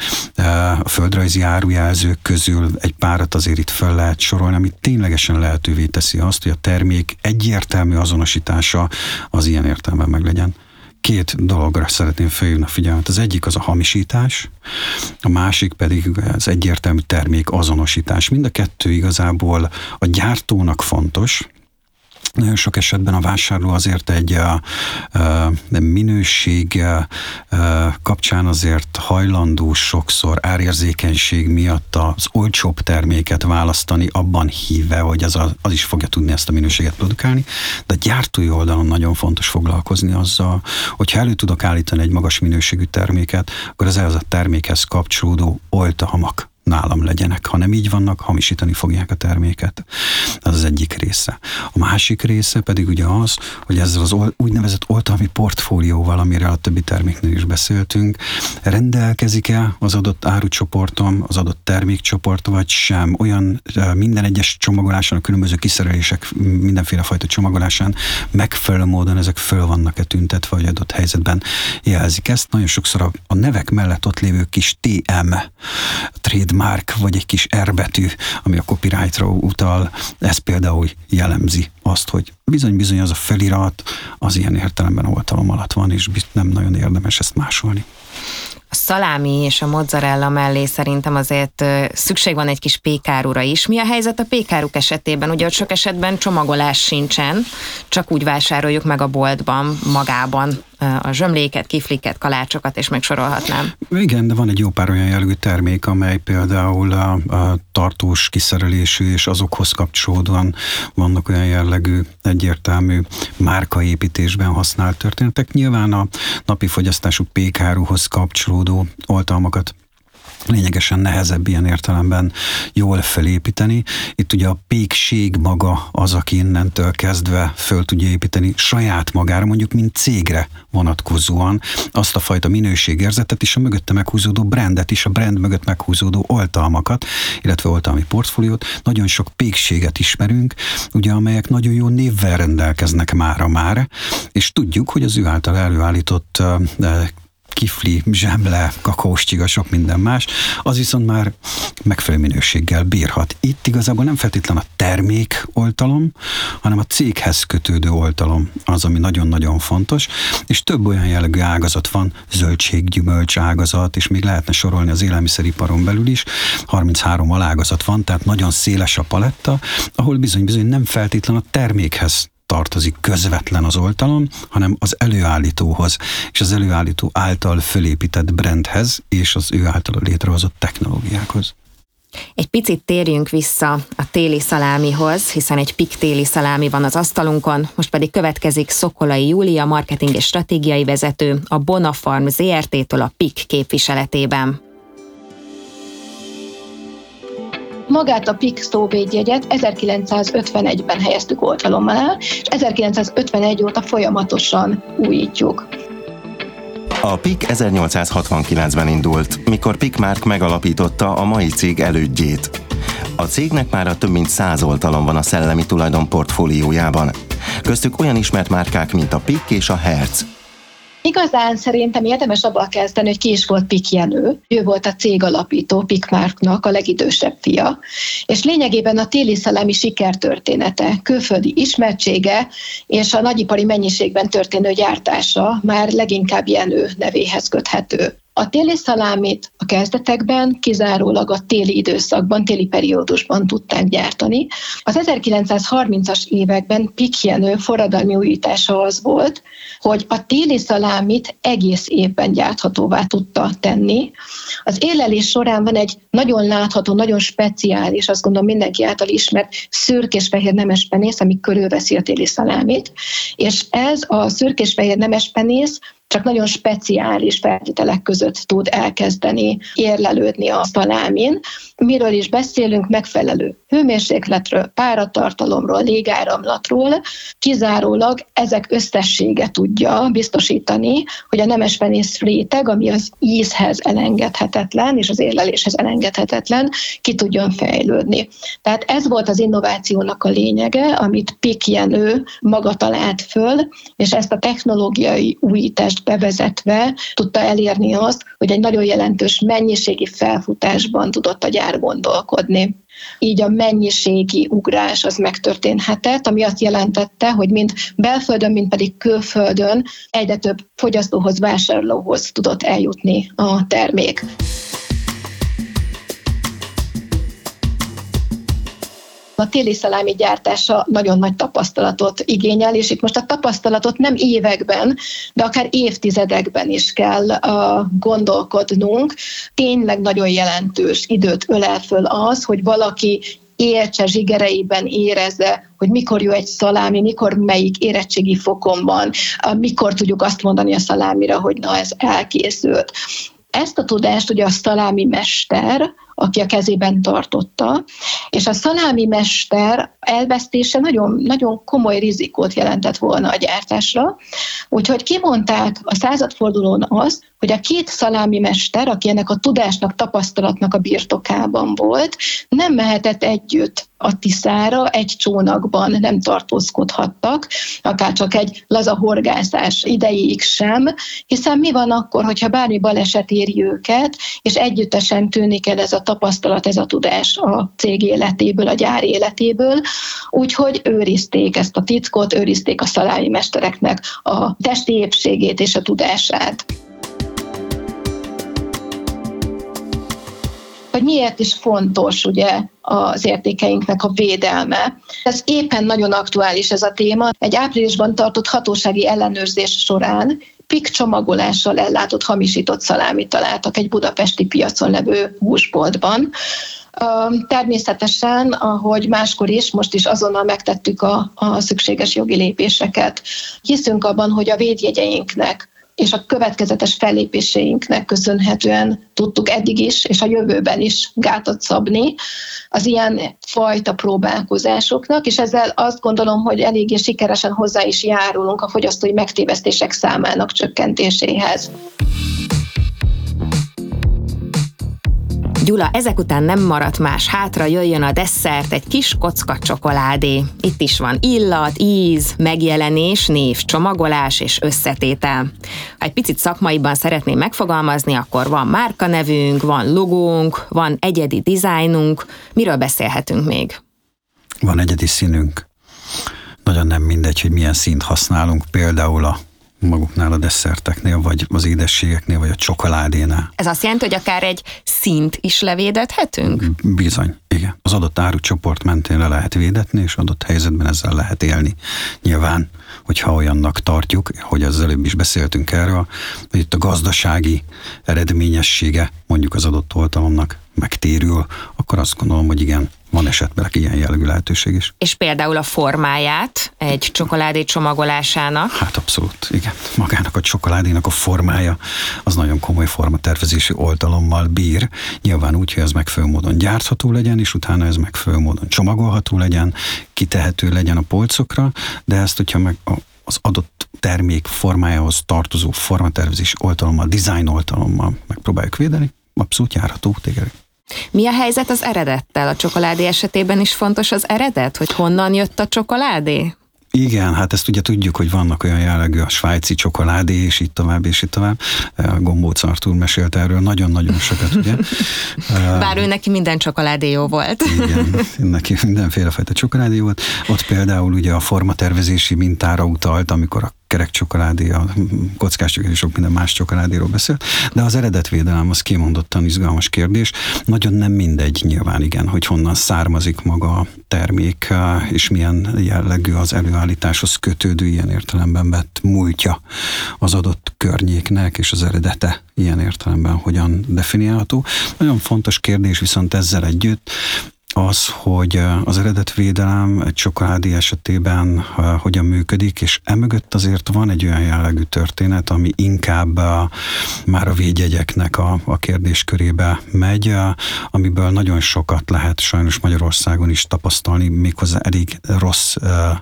C: a földrajzi árujelzők közül egy párat azért itt fel lehet sorolni, ami ténylegesen lehetővé teszi azt, hogy a termék egyértelmű azonosítása az ilyen értelemben meglegyen. Két dologra szeretném felhívni a figyelmet. Az egyik az a hamisítás, a másik pedig az egyértelmű termék azonosítás. Mind a kettő igazából a gyártónak fontos. Nagyon sok esetben a vásárló azért egy a, a minőség a, a kapcsán azért hajlandó sokszor árérzékenység miatt az olcsóbb terméket választani, abban híve, hogy az, a, az is fogja tudni ezt a minőséget produkálni, de a gyártói oldalon nagyon fontos foglalkozni azzal, hogyha elő tudok állítani egy magas minőségű terméket, akkor az ehhez a termékhez kapcsolódó oltalmak nálam legyenek. Ha nem így vannak, hamisítani fogják a terméket. Ez az egyik része. A másik része pedig ugye az, hogy ezzel az úgynevezett oltalmi portfólióval, amire a többi terméknél is beszéltünk, rendelkezik-e az adott árucsoportom, az adott termékcsoport, vagy sem. Olyan minden egyes csomagoláson, a különböző kiszerelések mindenféle fajta csomagolásán megfelelő módon ezek föl vannak-e tüntetve, vagy adott helyzetben jelzik ezt. Nagyon sokszor a, a nevek mellett ott lévő kis té em, trademark, vagy egy kis R betű, ami a copyrightra utal, ez például jellemzi azt, hogy bizony-bizony az a felirat az ilyen értelemben oltalom alatt van, és nem nagyon érdemes ezt másolni.
B: A szalámi és a mozzarella mellé szerintem azért szükség van egy kis pékárura is. Mi a helyzet a pékáruk esetében? Ugye ott sok esetben csomagolás sincsen, csak úgy vásároljuk meg a boltban, magában a zsömléket, kifliket, kalácsokat, és megsorolhatnám.
C: Igen, de van egy jó pár olyan jellegű termék, amely például a, a tartós kiszerelésű, és azokhoz kapcsolódóan vannak olyan jellegű, egyértelmű márkaépítésben használt történetek. Nyilván a napi fogyasztású pékáruhoz kapcsolódó oltalmakat lényegesen nehezebb ilyen értelemben jól felépíteni. Itt ugye a pékség maga az, aki innentől kezdve föl tudja építeni saját magára, mondjuk mint cégre vonatkozóan azt a fajta minőségérzetet és a mögötte meghúzódó brandet is, a brand mögött meghúzódó oltalmakat, illetve oltalmi portfóliót. Nagyon sok pékséget ismerünk, ugye, amelyek nagyon jó névvel rendelkeznek mára már, és tudjuk, hogy az ő által előállított uh, kifli, zsemle, kakaóscsiga, sok minden más, az viszont már megfelelő minőséggel bírhat. Itt igazából nem feltétlen a termék oltalom, hanem a céghez kötődő oltalom az, ami nagyon-nagyon fontos, és több olyan jellegű ágazat van, zöldség-gyümölcs ágazat, és még lehetne sorolni az élelmiszeriparon belül is, harminchárom alágazat van, tehát nagyon széles a paletta, ahol bizony-bizony nem feltétlen a termékhez tartozik közvetlen az oltalom, hanem az előállítóhoz, és az előállító által fölépített brandhez, és az ő által létrehozott technológiákhoz.
B: Egy picit térjünk vissza a téli szalámihoz, hiszen egy pik téli szalámi van az asztalunkon, most pedig következik Szokolai Júlia, marketing és stratégiai vezető, a Bonafarm zé er té-től a pik képviseletében.
F: Magát a pik szóvédjegyet ezerkilencszázötvenegyben helyeztük oltalom alá, és ezerkilencszázötvenegy óta folyamatosan újítjuk.
A: A pik ezernyolcszázhatvankilencben indult, mikor Pik Márk megalapította a mai cég elődjét. A cégnek már több mint száz oltalom van a szellemi tulajdon portfóliójában. Köztük olyan ismert márkák, mint a Pik és a Herz.
F: Igazán szerintem érdemes abban kezdeni, hogy ki is volt Pik Jenő. Ő volt a cég alapító, Pik Márknak a legidősebb fia. És lényegében a téli szalámi sikertörténete, külföldi ismertsége és a nagyipari mennyiségben történő gyártása már leginkább Jenő nevéhez köthető. A téli szalámit a kezdetekben kizárólag a téli időszakban, téli periódusban tudták gyártani. Az ezerkilencszázharmincas években Pik Jenő forradalmi újítása az volt, hogy a téli szalámit egész évben gyárthatóvá tudta tenni. Az érlelés során van egy nagyon látható, nagyon speciális, azt gondolom mindenki által ismert szürkés-fehér nemespenész, ami körülveszi a téli szalámit, és ez a szürkés-fehér nemespenész csak nagyon speciális feltételek között tud elkezdeni érlelődni a szalámin. Miről is beszélünk? Megfelelő hőmérsékletről, páratartalomról, légáramlatról kizárólag ezek összessége tudja biztosítani, hogy a nemespenész réteg, ami az ízhez elengedhetetlen, és az érleléshez elengedhetetlen, ki tudjon fejlődni. Tehát ez volt az innovációnak a lényege, amit Pik Jenő maga talált föl, és ezt a technológiai újítást bevezetve tudta elérni azt, hogy egy nagyon jelentős mennyiségi felfutásban tudott a gyár gondolkodni. Így a mennyiségi ugrás az megtörténhetett, ami azt jelentette, hogy mind belföldön, mind pedig külföldön egyre több fogyasztóhoz, vásárlóhoz tudott eljutni a termék. A téli szalámi gyártása nagyon nagy tapasztalatot igényel, és itt most a tapasztalatot nem években, de akár évtizedekben is kell uh, gondolkodnunk. Tényleg nagyon jelentős időt ölel föl az, hogy valaki értse, zsigereiben érezze, hogy mikor jó egy szalámi, mikor melyik érettségi fokon van, uh, mikor tudjuk azt mondani a szalámira, hogy na ez elkészült. Ezt a tudást ugye a szalámi mester, aki a kezében tartotta, és a szalámi mester elvesztése nagyon, nagyon komoly rizikót jelentett volna a gyártásra, úgyhogy kimondták a századfordulón azt, hogy a két szalámi mester, aki ennek a tudásnak, tapasztalatnak a birtokában volt, nem mehetett együtt a Tiszára, egy csónakban nem tartózkodhattak, akár csak egy laza horgászás idejéig sem, hiszen mi van akkor, hogyha bármi baleset éri őket, és együttesen tűnik el ez a tapasztalat, ez a tudás a cég életéből, a gyár életéből, úgyhogy őrizték ezt a titkot, őrizték a szalámi mestereknek a testi épségét és a tudását. Hogy miért is fontos ugye az értékeinknek a védelme. Ez éppen nagyon aktuális ez a téma. Egy áprilisban tartott hatósági ellenőrzés során Pik csomagolással ellátott hamisított szalámit találtak egy budapesti piacon levő húsboltban. Természetesen, ahogy máskor is, most is azonnal megtettük a, a szükséges jogi lépéseket. Hiszünk abban, hogy a védjegyeinknek és a következetes fellépéseinknek köszönhetően tudtuk eddig is, és a jövőben is gátat szabni az ilyen fajta próbálkozásoknak, és ezzel azt gondolom, hogy eléggé sikeresen hozzá is járulunk a fogyasztói megtévesztések számának csökkentéséhez.
B: Gyula, ezek után nem maradt más hátra, jöjjön a desszert, egy kis kocka csokoládé. Itt is van illat, íz, megjelenés, név, csomagolás és összetétel. Ha egy picit szakmaiban szeretném megfogalmazni, akkor van márkanevünk, van logónk, van egyedi dizájnunk. Miről beszélhetünk még?
C: Van egyedi színünk. Nagyon nem mindegy, hogy milyen színt használunk, például a maguknál a desszerteknél, vagy az édességeknél, vagy a csokoládénál.
B: Ez azt jelenti, hogy akár egy színt is levédethetünk?
C: Bizony, igen. Az adott árucsoport mentén le lehet védetni, és adott helyzetben ezzel lehet élni. Nyilván, hogyha olyannak tartjuk, hogy az előbb is beszéltünk erről, hogy itt a gazdasági eredményessége mondjuk az adott oltalomnak megtérül, akkor azt gondolom, hogy igen, van esetben ilyen jellegű lehetőség is.
B: És például a formáját egy csokoládé csomagolásának?
C: Hát abszolút, igen. Magának a csokoládénak a formája az nagyon komoly formatervezési oltalommal bír. Nyilván úgy, hogy ez megfelelő módon gyártható legyen, és utána ez megfelelő módon csomagolható legyen, kitehető legyen a polcokra, de ezt, hogyha meg a az adott termék formájához tartozó formatervezési oltalommal, design oltalommal megpróbáljuk védeni, abszolút járható téged.
B: Mi a helyzet az eredettel? A csokoládé esetében is fontos az eredet, hogy honnan jött a csokoládé?
C: Igen, hát ezt ugye tudjuk, hogy vannak olyan jellegű a svájci csokoládé, és itt tovább, és itt tovább. Gombóc Artúr mesélt erről nagyon-nagyon sokat, ugye?
B: Bár ő neki minden csokoládé jó volt.
C: Igen, neki mindenféle fajta csokoládé volt. Ott például ugye a formatervezési mintára utalt, amikor a kerek csokoládé, a kockás csokoládé, sok minden más csokoládéról beszél, de az eredetvédelem az kimondottan izgalmas kérdés. Nagyon nem mindegy nyilván, igen, hogy honnan származik maga a termék, és milyen jellegű az előállításhoz kötődő ilyen értelemben vett múltja az adott környéknek, és az eredete ilyen értelemben hogyan definiálható. Nagyon fontos kérdés viszont ezzel együtt, az, hogy az eredetvédelem egy csokoládé esetében hogyan működik, és emögött azért van egy olyan jellegű történet, ami inkább már a védjegyeknek a, a kérdéskörébe megy, amiből nagyon sokat lehet sajnos Magyarországon is tapasztalni, méghozzá elég rossz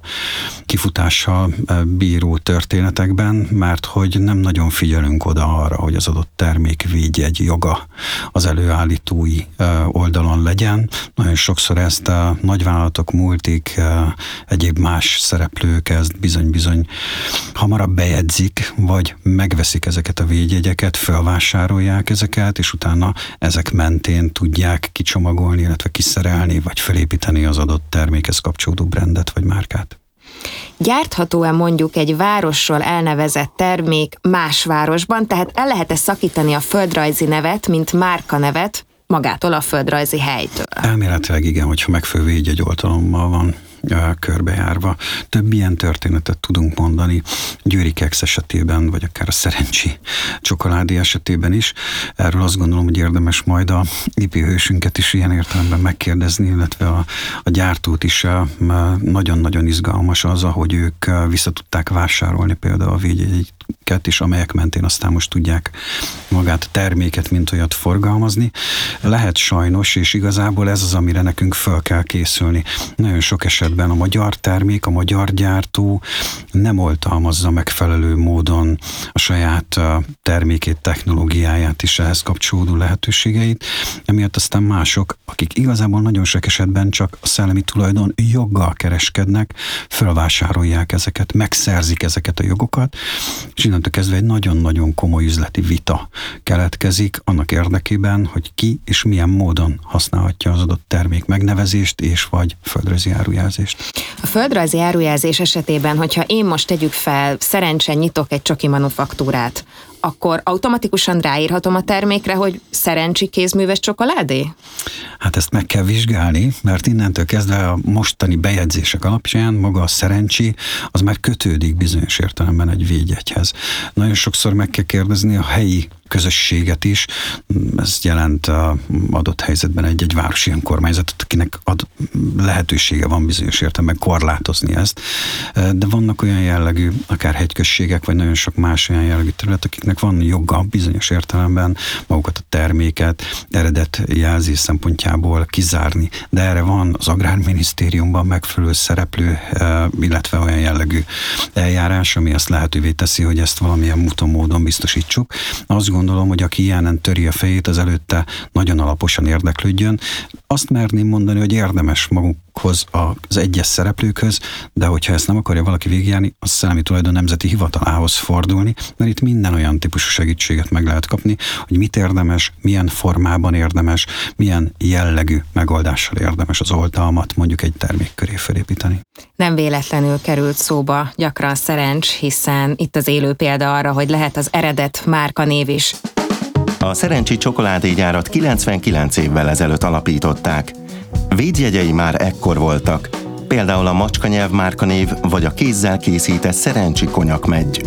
C: kifutással bíró történetekben, mert hogy nem nagyon figyelünk oda arra, hogy az adott termék védjegy joga az előállítói oldalon legyen. Nagyon sokszor ezt a nagyvállalatok, multik, egyéb más szereplők ezt bizony-bizony hamarabb bejegyzik, vagy megveszik ezeket a védjegyeket, felvásárolják ezeket, és utána ezek mentén tudják kicsomagolni, illetve kiszerelni, vagy felépíteni az adott termékhez kapcsolódó brandet, vagy márkát.
B: Gyártható-e mondjuk egy városról elnevezett termék más városban, tehát el lehet-e szakítani a földrajzi nevet, mint márkanevet magától a földrajzi helytől?
C: Elméletileg igen, hogyha megfelelő védjegy oltalommal van körbejárva. Több ilyen történetet tudunk mondani Győri keksz esetében, vagy akár a Szerencsi csokoládé esetében is. Erről azt gondolom, hogy érdemes majd a i pé hősünket is ilyen értelemben megkérdezni, illetve a, a gyártót is. Nagyon-nagyon izgalmas az, ahogy ők vissza tudták vásárolni például a védjegyeket is, amelyek mentén aztán most tudják magát a terméket, mint olyat forgalmazni. Lehet sajnos, és igazából ez az, amire nekünk föl kell készülni. Nagyon sok esetben a magyar termék, a magyar gyártó nem oltalmazza megfelelő módon a saját termékét, technológiáját is, ehhez kapcsolódó lehetőségeit, emiatt aztán mások, akik igazából nagyon sok esetben csak a szellemi tulajdon joggal kereskednek, felvásárolják ezeket, megszerzik ezeket a jogokat, és innentől kezdve egy nagyon-nagyon komoly üzleti vita keletkezik annak érdekében, hogy ki és milyen módon használhatja az adott termék megnevezést és vagy földrajzi árujelzést.
B: A földrajzi árujelzés esetében, hogyha én most tegyük fel, Szerencsen nyitok egy csoki manufaktúrát, akkor automatikusan ráírhatom a termékre, hogy Szerencsi kézműves csokoládé?
C: Hát ezt meg kell vizsgálni, mert innentől kezdve a mostani bejegyzések alapján maga a Szerencsi, az már kötődik bizonyos értelemben egy védjegyhez. Nagyon sokszor meg kell kérdezni a helyi közösséget is, ez jelent adott helyzetben egy-egy városi önkormányzatot, akinek ad lehetősége van bizonyos értelemben korlátozni ezt, de vannak olyan jellegű, akár hegyközségek, vagy nagyon sok más olyan jellegű terület, akiknek van joga bizonyos értelemben magukat a terméket eredet jelzés szempontjából kizárni, de erre van az Agrárminisztériumban megfelelő szereplő, illetve olyan jellegű eljárás, ami azt lehetővé teszi, hogy ezt valamilyen úton módon biztosítsuk. Azt gondolom, hogy aki ilyenen töri a fejét, az előtte nagyon alaposan érdeklődjön. Azt merném mondani, hogy érdemes magukhoz az egyes szereplőkhöz, de hogyha ezt nem akarja valaki végigjárni, a Szellemi Tulajdon Nemzeti Hivatalához fordulni, mert itt minden olyan típusú segítséget meg lehet kapni, hogy mit érdemes, milyen formában érdemes, milyen jellegű megoldással érdemes az oltalmat mondjuk egy termék köré felépíteni.
B: Nem véletlenül került szóba gyakran Szerencs, hiszen itt az élő példa arra, hogy lehet az eredet márkanév is.
A: A Szerencsi csokoládégyárat kilencvenkilenc évvel ezelőtt alapították. Védjegyei már ekkor voltak, például a macskanyelv márkanév vagy a kézzel készített Szerencsi konyak-meggy.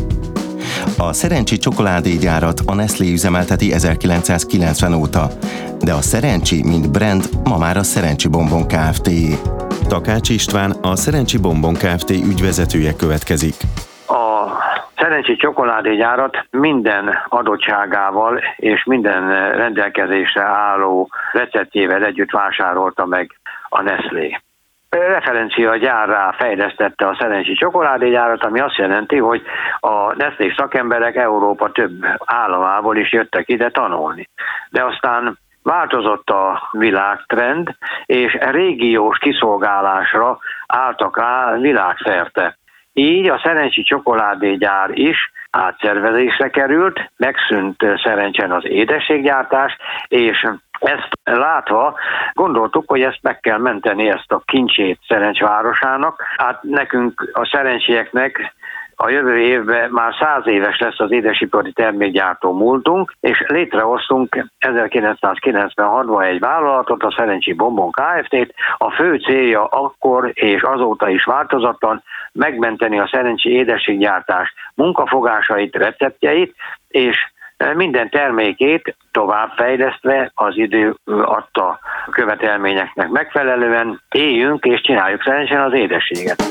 A: A Szerencsi csokoládégyárat a Nestlé üzemelteti ezerkilencszázkilencven óta, de a Szerencsi, mint brand, ma már a Szerencsi Bonbon Kft. Takács István, a Szerencsi Bonbon Kft. Ügyvezetője következik.
G: A Szerencsi csokoládégyárat minden adottságával és minden rendelkezésre álló receptjével együtt vásárolta meg a Nestlé. Referencia gyárrá fejlesztette a Szerencsi csokoládégyárat, ami azt jelenti, hogy a Nestlé szakemberek Európa több államából is jöttek ide tanulni. De aztán változott a világtrend, és régiós kiszolgálásra álltak rá világszerte. Így a Szerencsi csokoládégyár is átszervezésre került, megszűnt Szerencsen az édességgyártás, és ezt látva gondoltuk, hogy ezt meg kell menteni, ezt a kincsét Szerencs városának. Hát nekünk, a szerencsieknek a jövő évben már száz éves lesz az édesipari termékgyártó múltunk, és létrehoztunk ezerkilencszázkilencvenhatban egy vállalatot, a Szerencsi Bonbon Kft-t. A fő célja akkor és azóta is változatlan megmenteni a szerencsi édességgyártás munkafogásait, receptjeit, és minden termékét továbbfejlesztve az idő adta követelményeknek megfelelően éljünk és csináljuk szerencsén az édességet.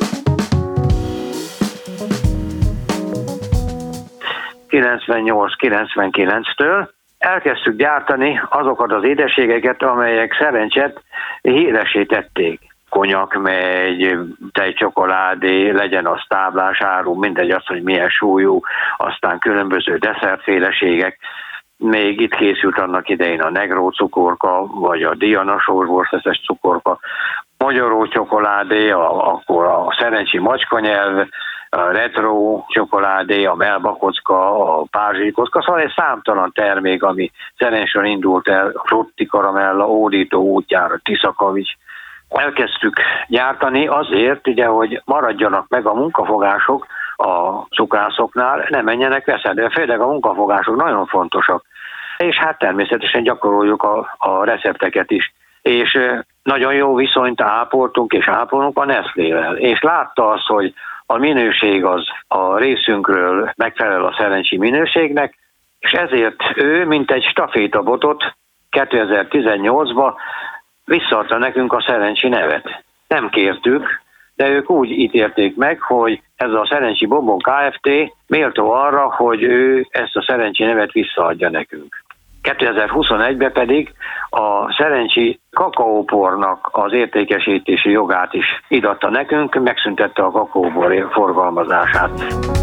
G: kilencvennyolc kilencvenkilenctől elkezdtük gyártani azokat az édességeket, amelyek szerencset híressé tették. Konyak megy, tejcsokoládé, legyen az táblás áru, mindegy az, hogy milyen súlyú, aztán különböző desszertféleségek. Még itt készült annak idején a negró cukorka, vagy a Diana sósborszeszes cukorka, magyaró csokoládé, a, akkor a szerencsi macskanyelv, a retro csokoládé, a melbakocka, a pázsikocka, szóval egy számtalan termék, ami szerencsén indult el, Frutti Karamella, ódító útjára, Tiszakavics. Elkezdtük gyártani azért, ugye, hogy maradjanak meg a munkafogások a cukrászoknál, ne menjenek veszendőre, főleg a munkafogások nagyon fontosak. És hát természetesen gyakoroljuk a, a recepteket is. És nagyon jó viszonyt ápoltunk és ápolunk a Nestlével. És látta azt, hogy a minőség az a részünkről megfelel a szerencsi minőségnek, és ezért ő, mint egy stafétabotot kétezer-tizennyolcban visszaadta nekünk a szerencsi nevet. Nem kértük, de ők úgy ítélték meg, hogy ez a Szerencsi Bonbon Kft. Méltó arra, hogy ő ezt a szerencsi nevet visszaadja nekünk. kétezer-huszonegyben pedig a szerencsi kakaópornak az értékesítési jogát is idatta nekünk, megszüntette a kakaóbor forgalmazását.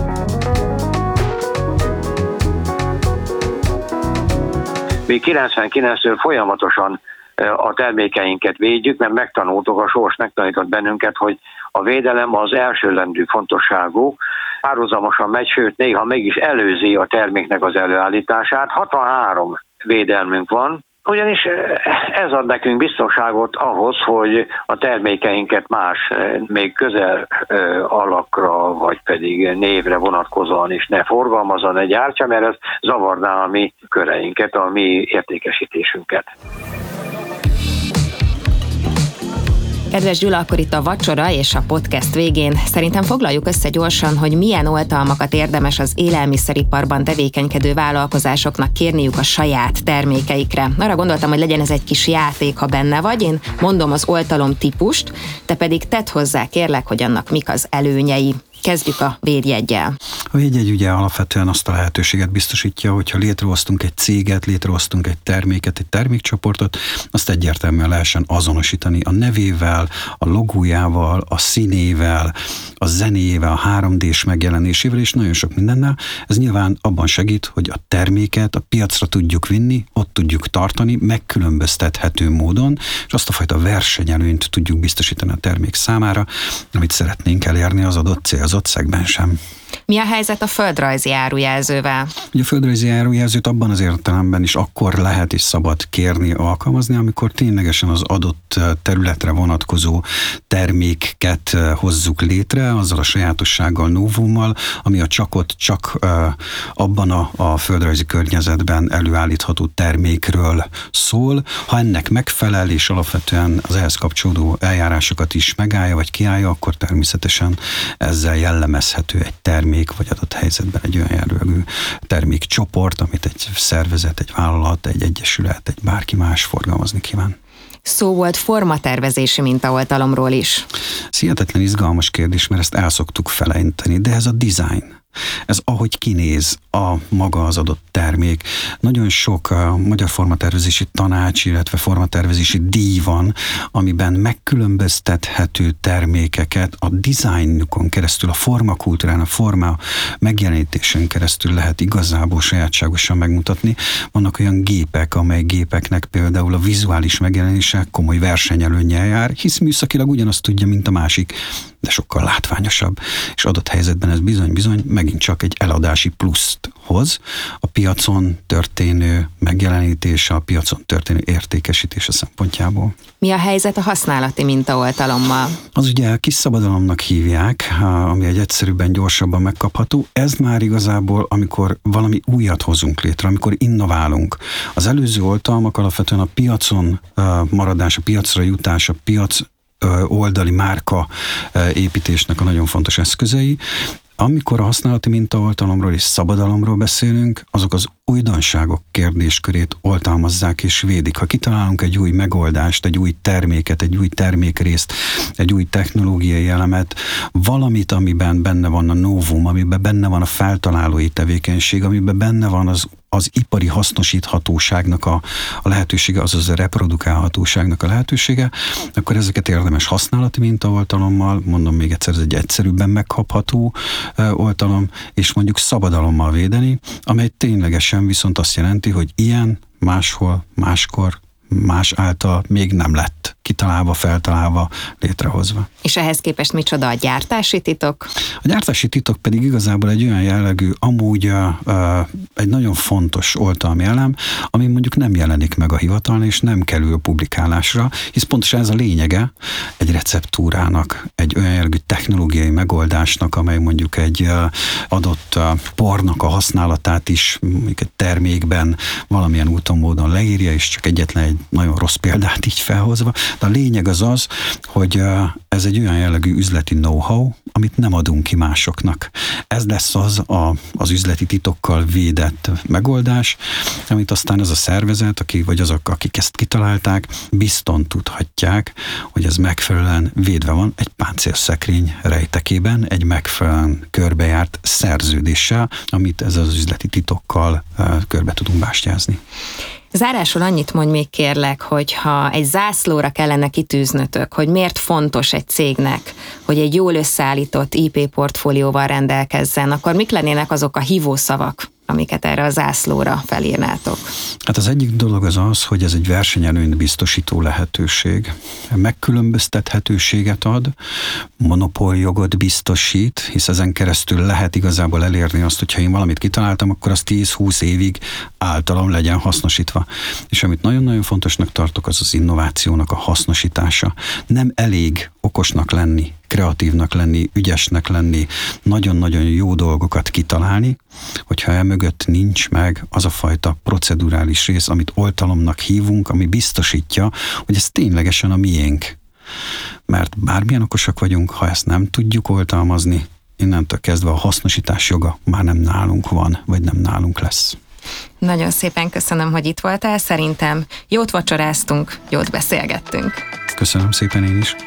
G: Mi kilencvenkilenctől folyamatosan a termékeinket védjük, mert megtanultuk, a sors megtanított bennünket, hogy a védelem az elsőrendű fontosságú, párhuzamosan megy, sőt néha meg is előzi a terméknek az előállítását. hatvanhárom védelmünk van, ugyanis ez ad nekünk biztonságot ahhoz, hogy a termékeinket más, még közel alakra, vagy pedig névre vonatkozóan is ne forgalmazza, ne gyártsa, mert ez zavarná a mi köreinket, a mi értékesítésünket.
B: Kedves Gyula, akkor itt a vacsora és a podcast végén szerintem foglaljuk össze gyorsan, hogy milyen oltalmakat érdemes az élelmiszeriparban tevékenykedő vállalkozásoknak kérniük a saját termékeikre. Arra gondoltam, hogy legyen ez egy kis játék, ha benne vagy. Én mondom az oltalom típust, te pedig tedd hozzá, kérlek, hogy annak mik az előnyei. Kezdjük a védjeggyel.
C: A védjegy ugye alapvetően azt a lehetőséget biztosítja, hogyha létrehoztunk egy céget, létrehoztunk egy terméket, egy termékcsoportot, azt egyértelműen lehessen azonosítani a nevével, a logójával, a színével, a zenéjével, a három dés megjelenésével és nagyon sok mindennel. Ez nyilván abban segít, hogy a terméket a piacra tudjuk vinni, ott tudjuk tartani, megkülönböztethető módon, és azt a fajta versenyelőnyt tudjuk biztosítani a termék számára, amit szeretnénk elérni az adott célzott szegben sem.
B: Mi a helyzet a földrajzi árujelzővel?
C: Ugye a földrajzi árujelzőt abban az értelemben is akkor lehet és szabad kérni, alkalmazni, amikor ténylegesen az adott területre vonatkozó terméket hozzuk létre, azzal a sajátossággal, novummal, ami a csakot csak abban a, a földrajzi környezetben előállítható termékről szól. Ha ennek megfelel, és alapvetően az ehhez kapcsolódó eljárásokat is megállja, vagy kiállja, akkor természetesen ezzel jellemezhető egy termék, vagy adott helyzetben egy olyan jellegű termékcsoport, amit egy szervezet, egy vállalat, egy egyesület, egy bárki más forgalmazni kíván.
B: Szó volt formatervezési mintaoltalomról is.
C: Ez hihetetlen izgalmas kérdés, mert ezt el szoktuk felejteni, de ez a design. Ez ahogy kinéz a maga az adott termék. Nagyon sok uh, magyar formatervezési tanács, illetve formatervezési díj van, amiben megkülönböztethető termékeket a dizájnukon keresztül, a formakultúrán, a forma megjelenítésen keresztül lehet igazából sajátságosan megmutatni. Vannak olyan gépek, amely gépeknek például a vizuális megjelenése komoly versenyelőnnyel jár, hisz műszakilag ugyanazt tudja, mint a másik, de sokkal látványosabb, és adott helyzetben ez bizony-bizony megint csak egy eladási pluszt hoz a piacon történő megjelenítése, a piacon történő értékesítése szempontjából.
B: Mi a helyzet a használati mintaoltalommal?
C: Az ugye kis szabadalomnak hívják, ami egy egyszerűbben, gyorsabban megkapható. Ez már igazából, amikor valami újat hozunk létre, amikor innoválunk. Az előző oltalmak alapvetően a piacon maradás, a piacra jutás, a piac oldali márka építésnek a nagyon fontos eszközei. Amikor a használati mintaoltalomról és szabadalomról beszélünk, azok az újdonságok kérdéskörét oltalmazzák és védik. Ha kitalálunk egy új megoldást, egy új terméket, egy új termékrészt, egy új technológiai elemet, valamit, amiben benne van a novum, amiben benne van a feltalálói tevékenység, amiben benne van az az ipari hasznosíthatóságnak a, a lehetősége, azaz a reprodukálhatóságnak a lehetősége, akkor ezeket érdemes használati mintaoltalommal, mondom még egyszer, ez egy egyszerűbben megkapható e, oltalom, és mondjuk szabadalommal védeni, amely ténylegesen viszont azt jelenti, hogy ilyen máshol, máskor, más által még nem lett kitalálva, feltalálva, létrehozva.
B: És ehhez képest micsoda a gyártási titok?
C: A gyártási titok pedig igazából egy olyan jellegű, amúgy uh, egy nagyon fontos oltalmi elem, ami mondjuk nem jelenik meg a hivatalon, és nem kerül publikálásra, hisz pontosan ez a lényege egy receptúrának, egy olyan jellegű technológiai megoldásnak, amely mondjuk egy uh, adott uh, pornak a használatát is mondjuk egy termékben valamilyen úton, módon leírja, és csak egyetlen egy nagyon rossz példát így felhozva. De a lényeg az az, hogy ez egy olyan jellegű üzleti know-how, amit nem adunk ki másoknak. Ez lesz az a, az üzleti titokkal védett megoldás, amit aztán az a szervezet, aki, vagy azok, akik ezt kitalálták, bizton tudhatják, hogy ez megfelelően védve van egy páncélszekrény rejtekében, egy megfelelően körbejárt szerződéssel, amit ez az üzleti titokkal körbe tudunk bástyázni.
B: Zárásul annyit mondj még kérlek, hogy ha egy zászlóra kellene kitűznötök, hogy miért fontos egy cégnek, hogy egy jól összeállított í pé portfólióval rendelkezzen, akkor mik lennének azok a hívószavak, amiket erre a zászlóra felírnátok?
C: Hát az egyik dolog az az, hogy ez egy versenyelőnyt biztosító lehetőség. Megkülönböztethetőséget ad, monopóljogot biztosít, hisz ezen keresztül lehet igazából elérni azt, hogyha én valamit kitaláltam, akkor az tíz-húsz évig általam legyen hasznosítva. És amit nagyon-nagyon fontosnak tartok, az az innovációnak a hasznosítása. Nem elég okosnak lenni, kreatívnak lenni, ügyesnek lenni, nagyon-nagyon jó dolgokat kitalálni, hogyha emögött nincs meg az a fajta procedurális rész, amit oltalomnak hívunk, ami biztosítja, hogy ez ténylegesen a miénk. Mert bármilyen okosak vagyunk, ha ezt nem tudjuk oltalmazni, innentől kezdve a hasznosítás joga már nem nálunk van, vagy nem nálunk lesz.
B: Nagyon szépen köszönöm, hogy itt voltál. Szerintem jót vacsoráztunk, jót beszélgettünk.
C: Köszönöm szépen én is.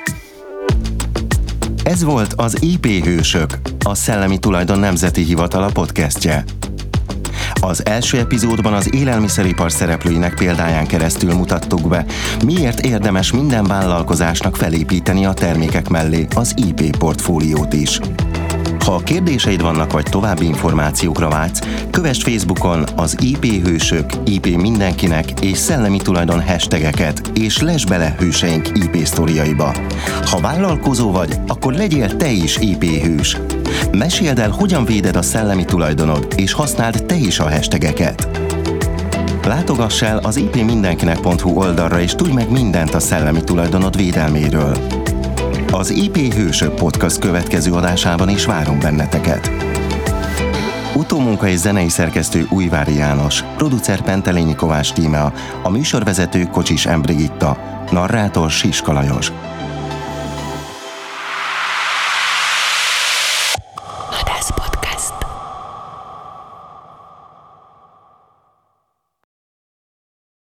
A: Ez volt az í pé Hősök, a Szellemi Tulajdon Nemzeti Hivatala podcastje. Az első epizódban az élelmiszeripar szereplőinek példáján keresztül mutattuk be, miért érdemes minden vállalkozásnak felépíteni a termékek mellé az í pé portfóliót is. Ha kérdéseid vannak, vagy további információkra vágysz, kövess Facebookon az í pé Hősök, í pé mindenkinek és szellemi tulajdon hashtageket, és less bele hőseink í pé sztoriaiba. Ha vállalkozó vagy, akkor legyél te is í pé hős. Meséld el, hogyan véded a szellemi tulajdonod, és használd te is a hashtageket. Látogass el az í pé mindenkinek pont hu oldalra, és tudj meg mindent a szellemi tulajdonod védelméről. Az í pé Hősök podcast következő adásában is várunk benneteket. Utómunka és zenei szerkesztő Újvári János, producer Pentelényi Kovács Tímea, a műsorvezető Kocsis M. Brigitta, narrátor Siska Lajos.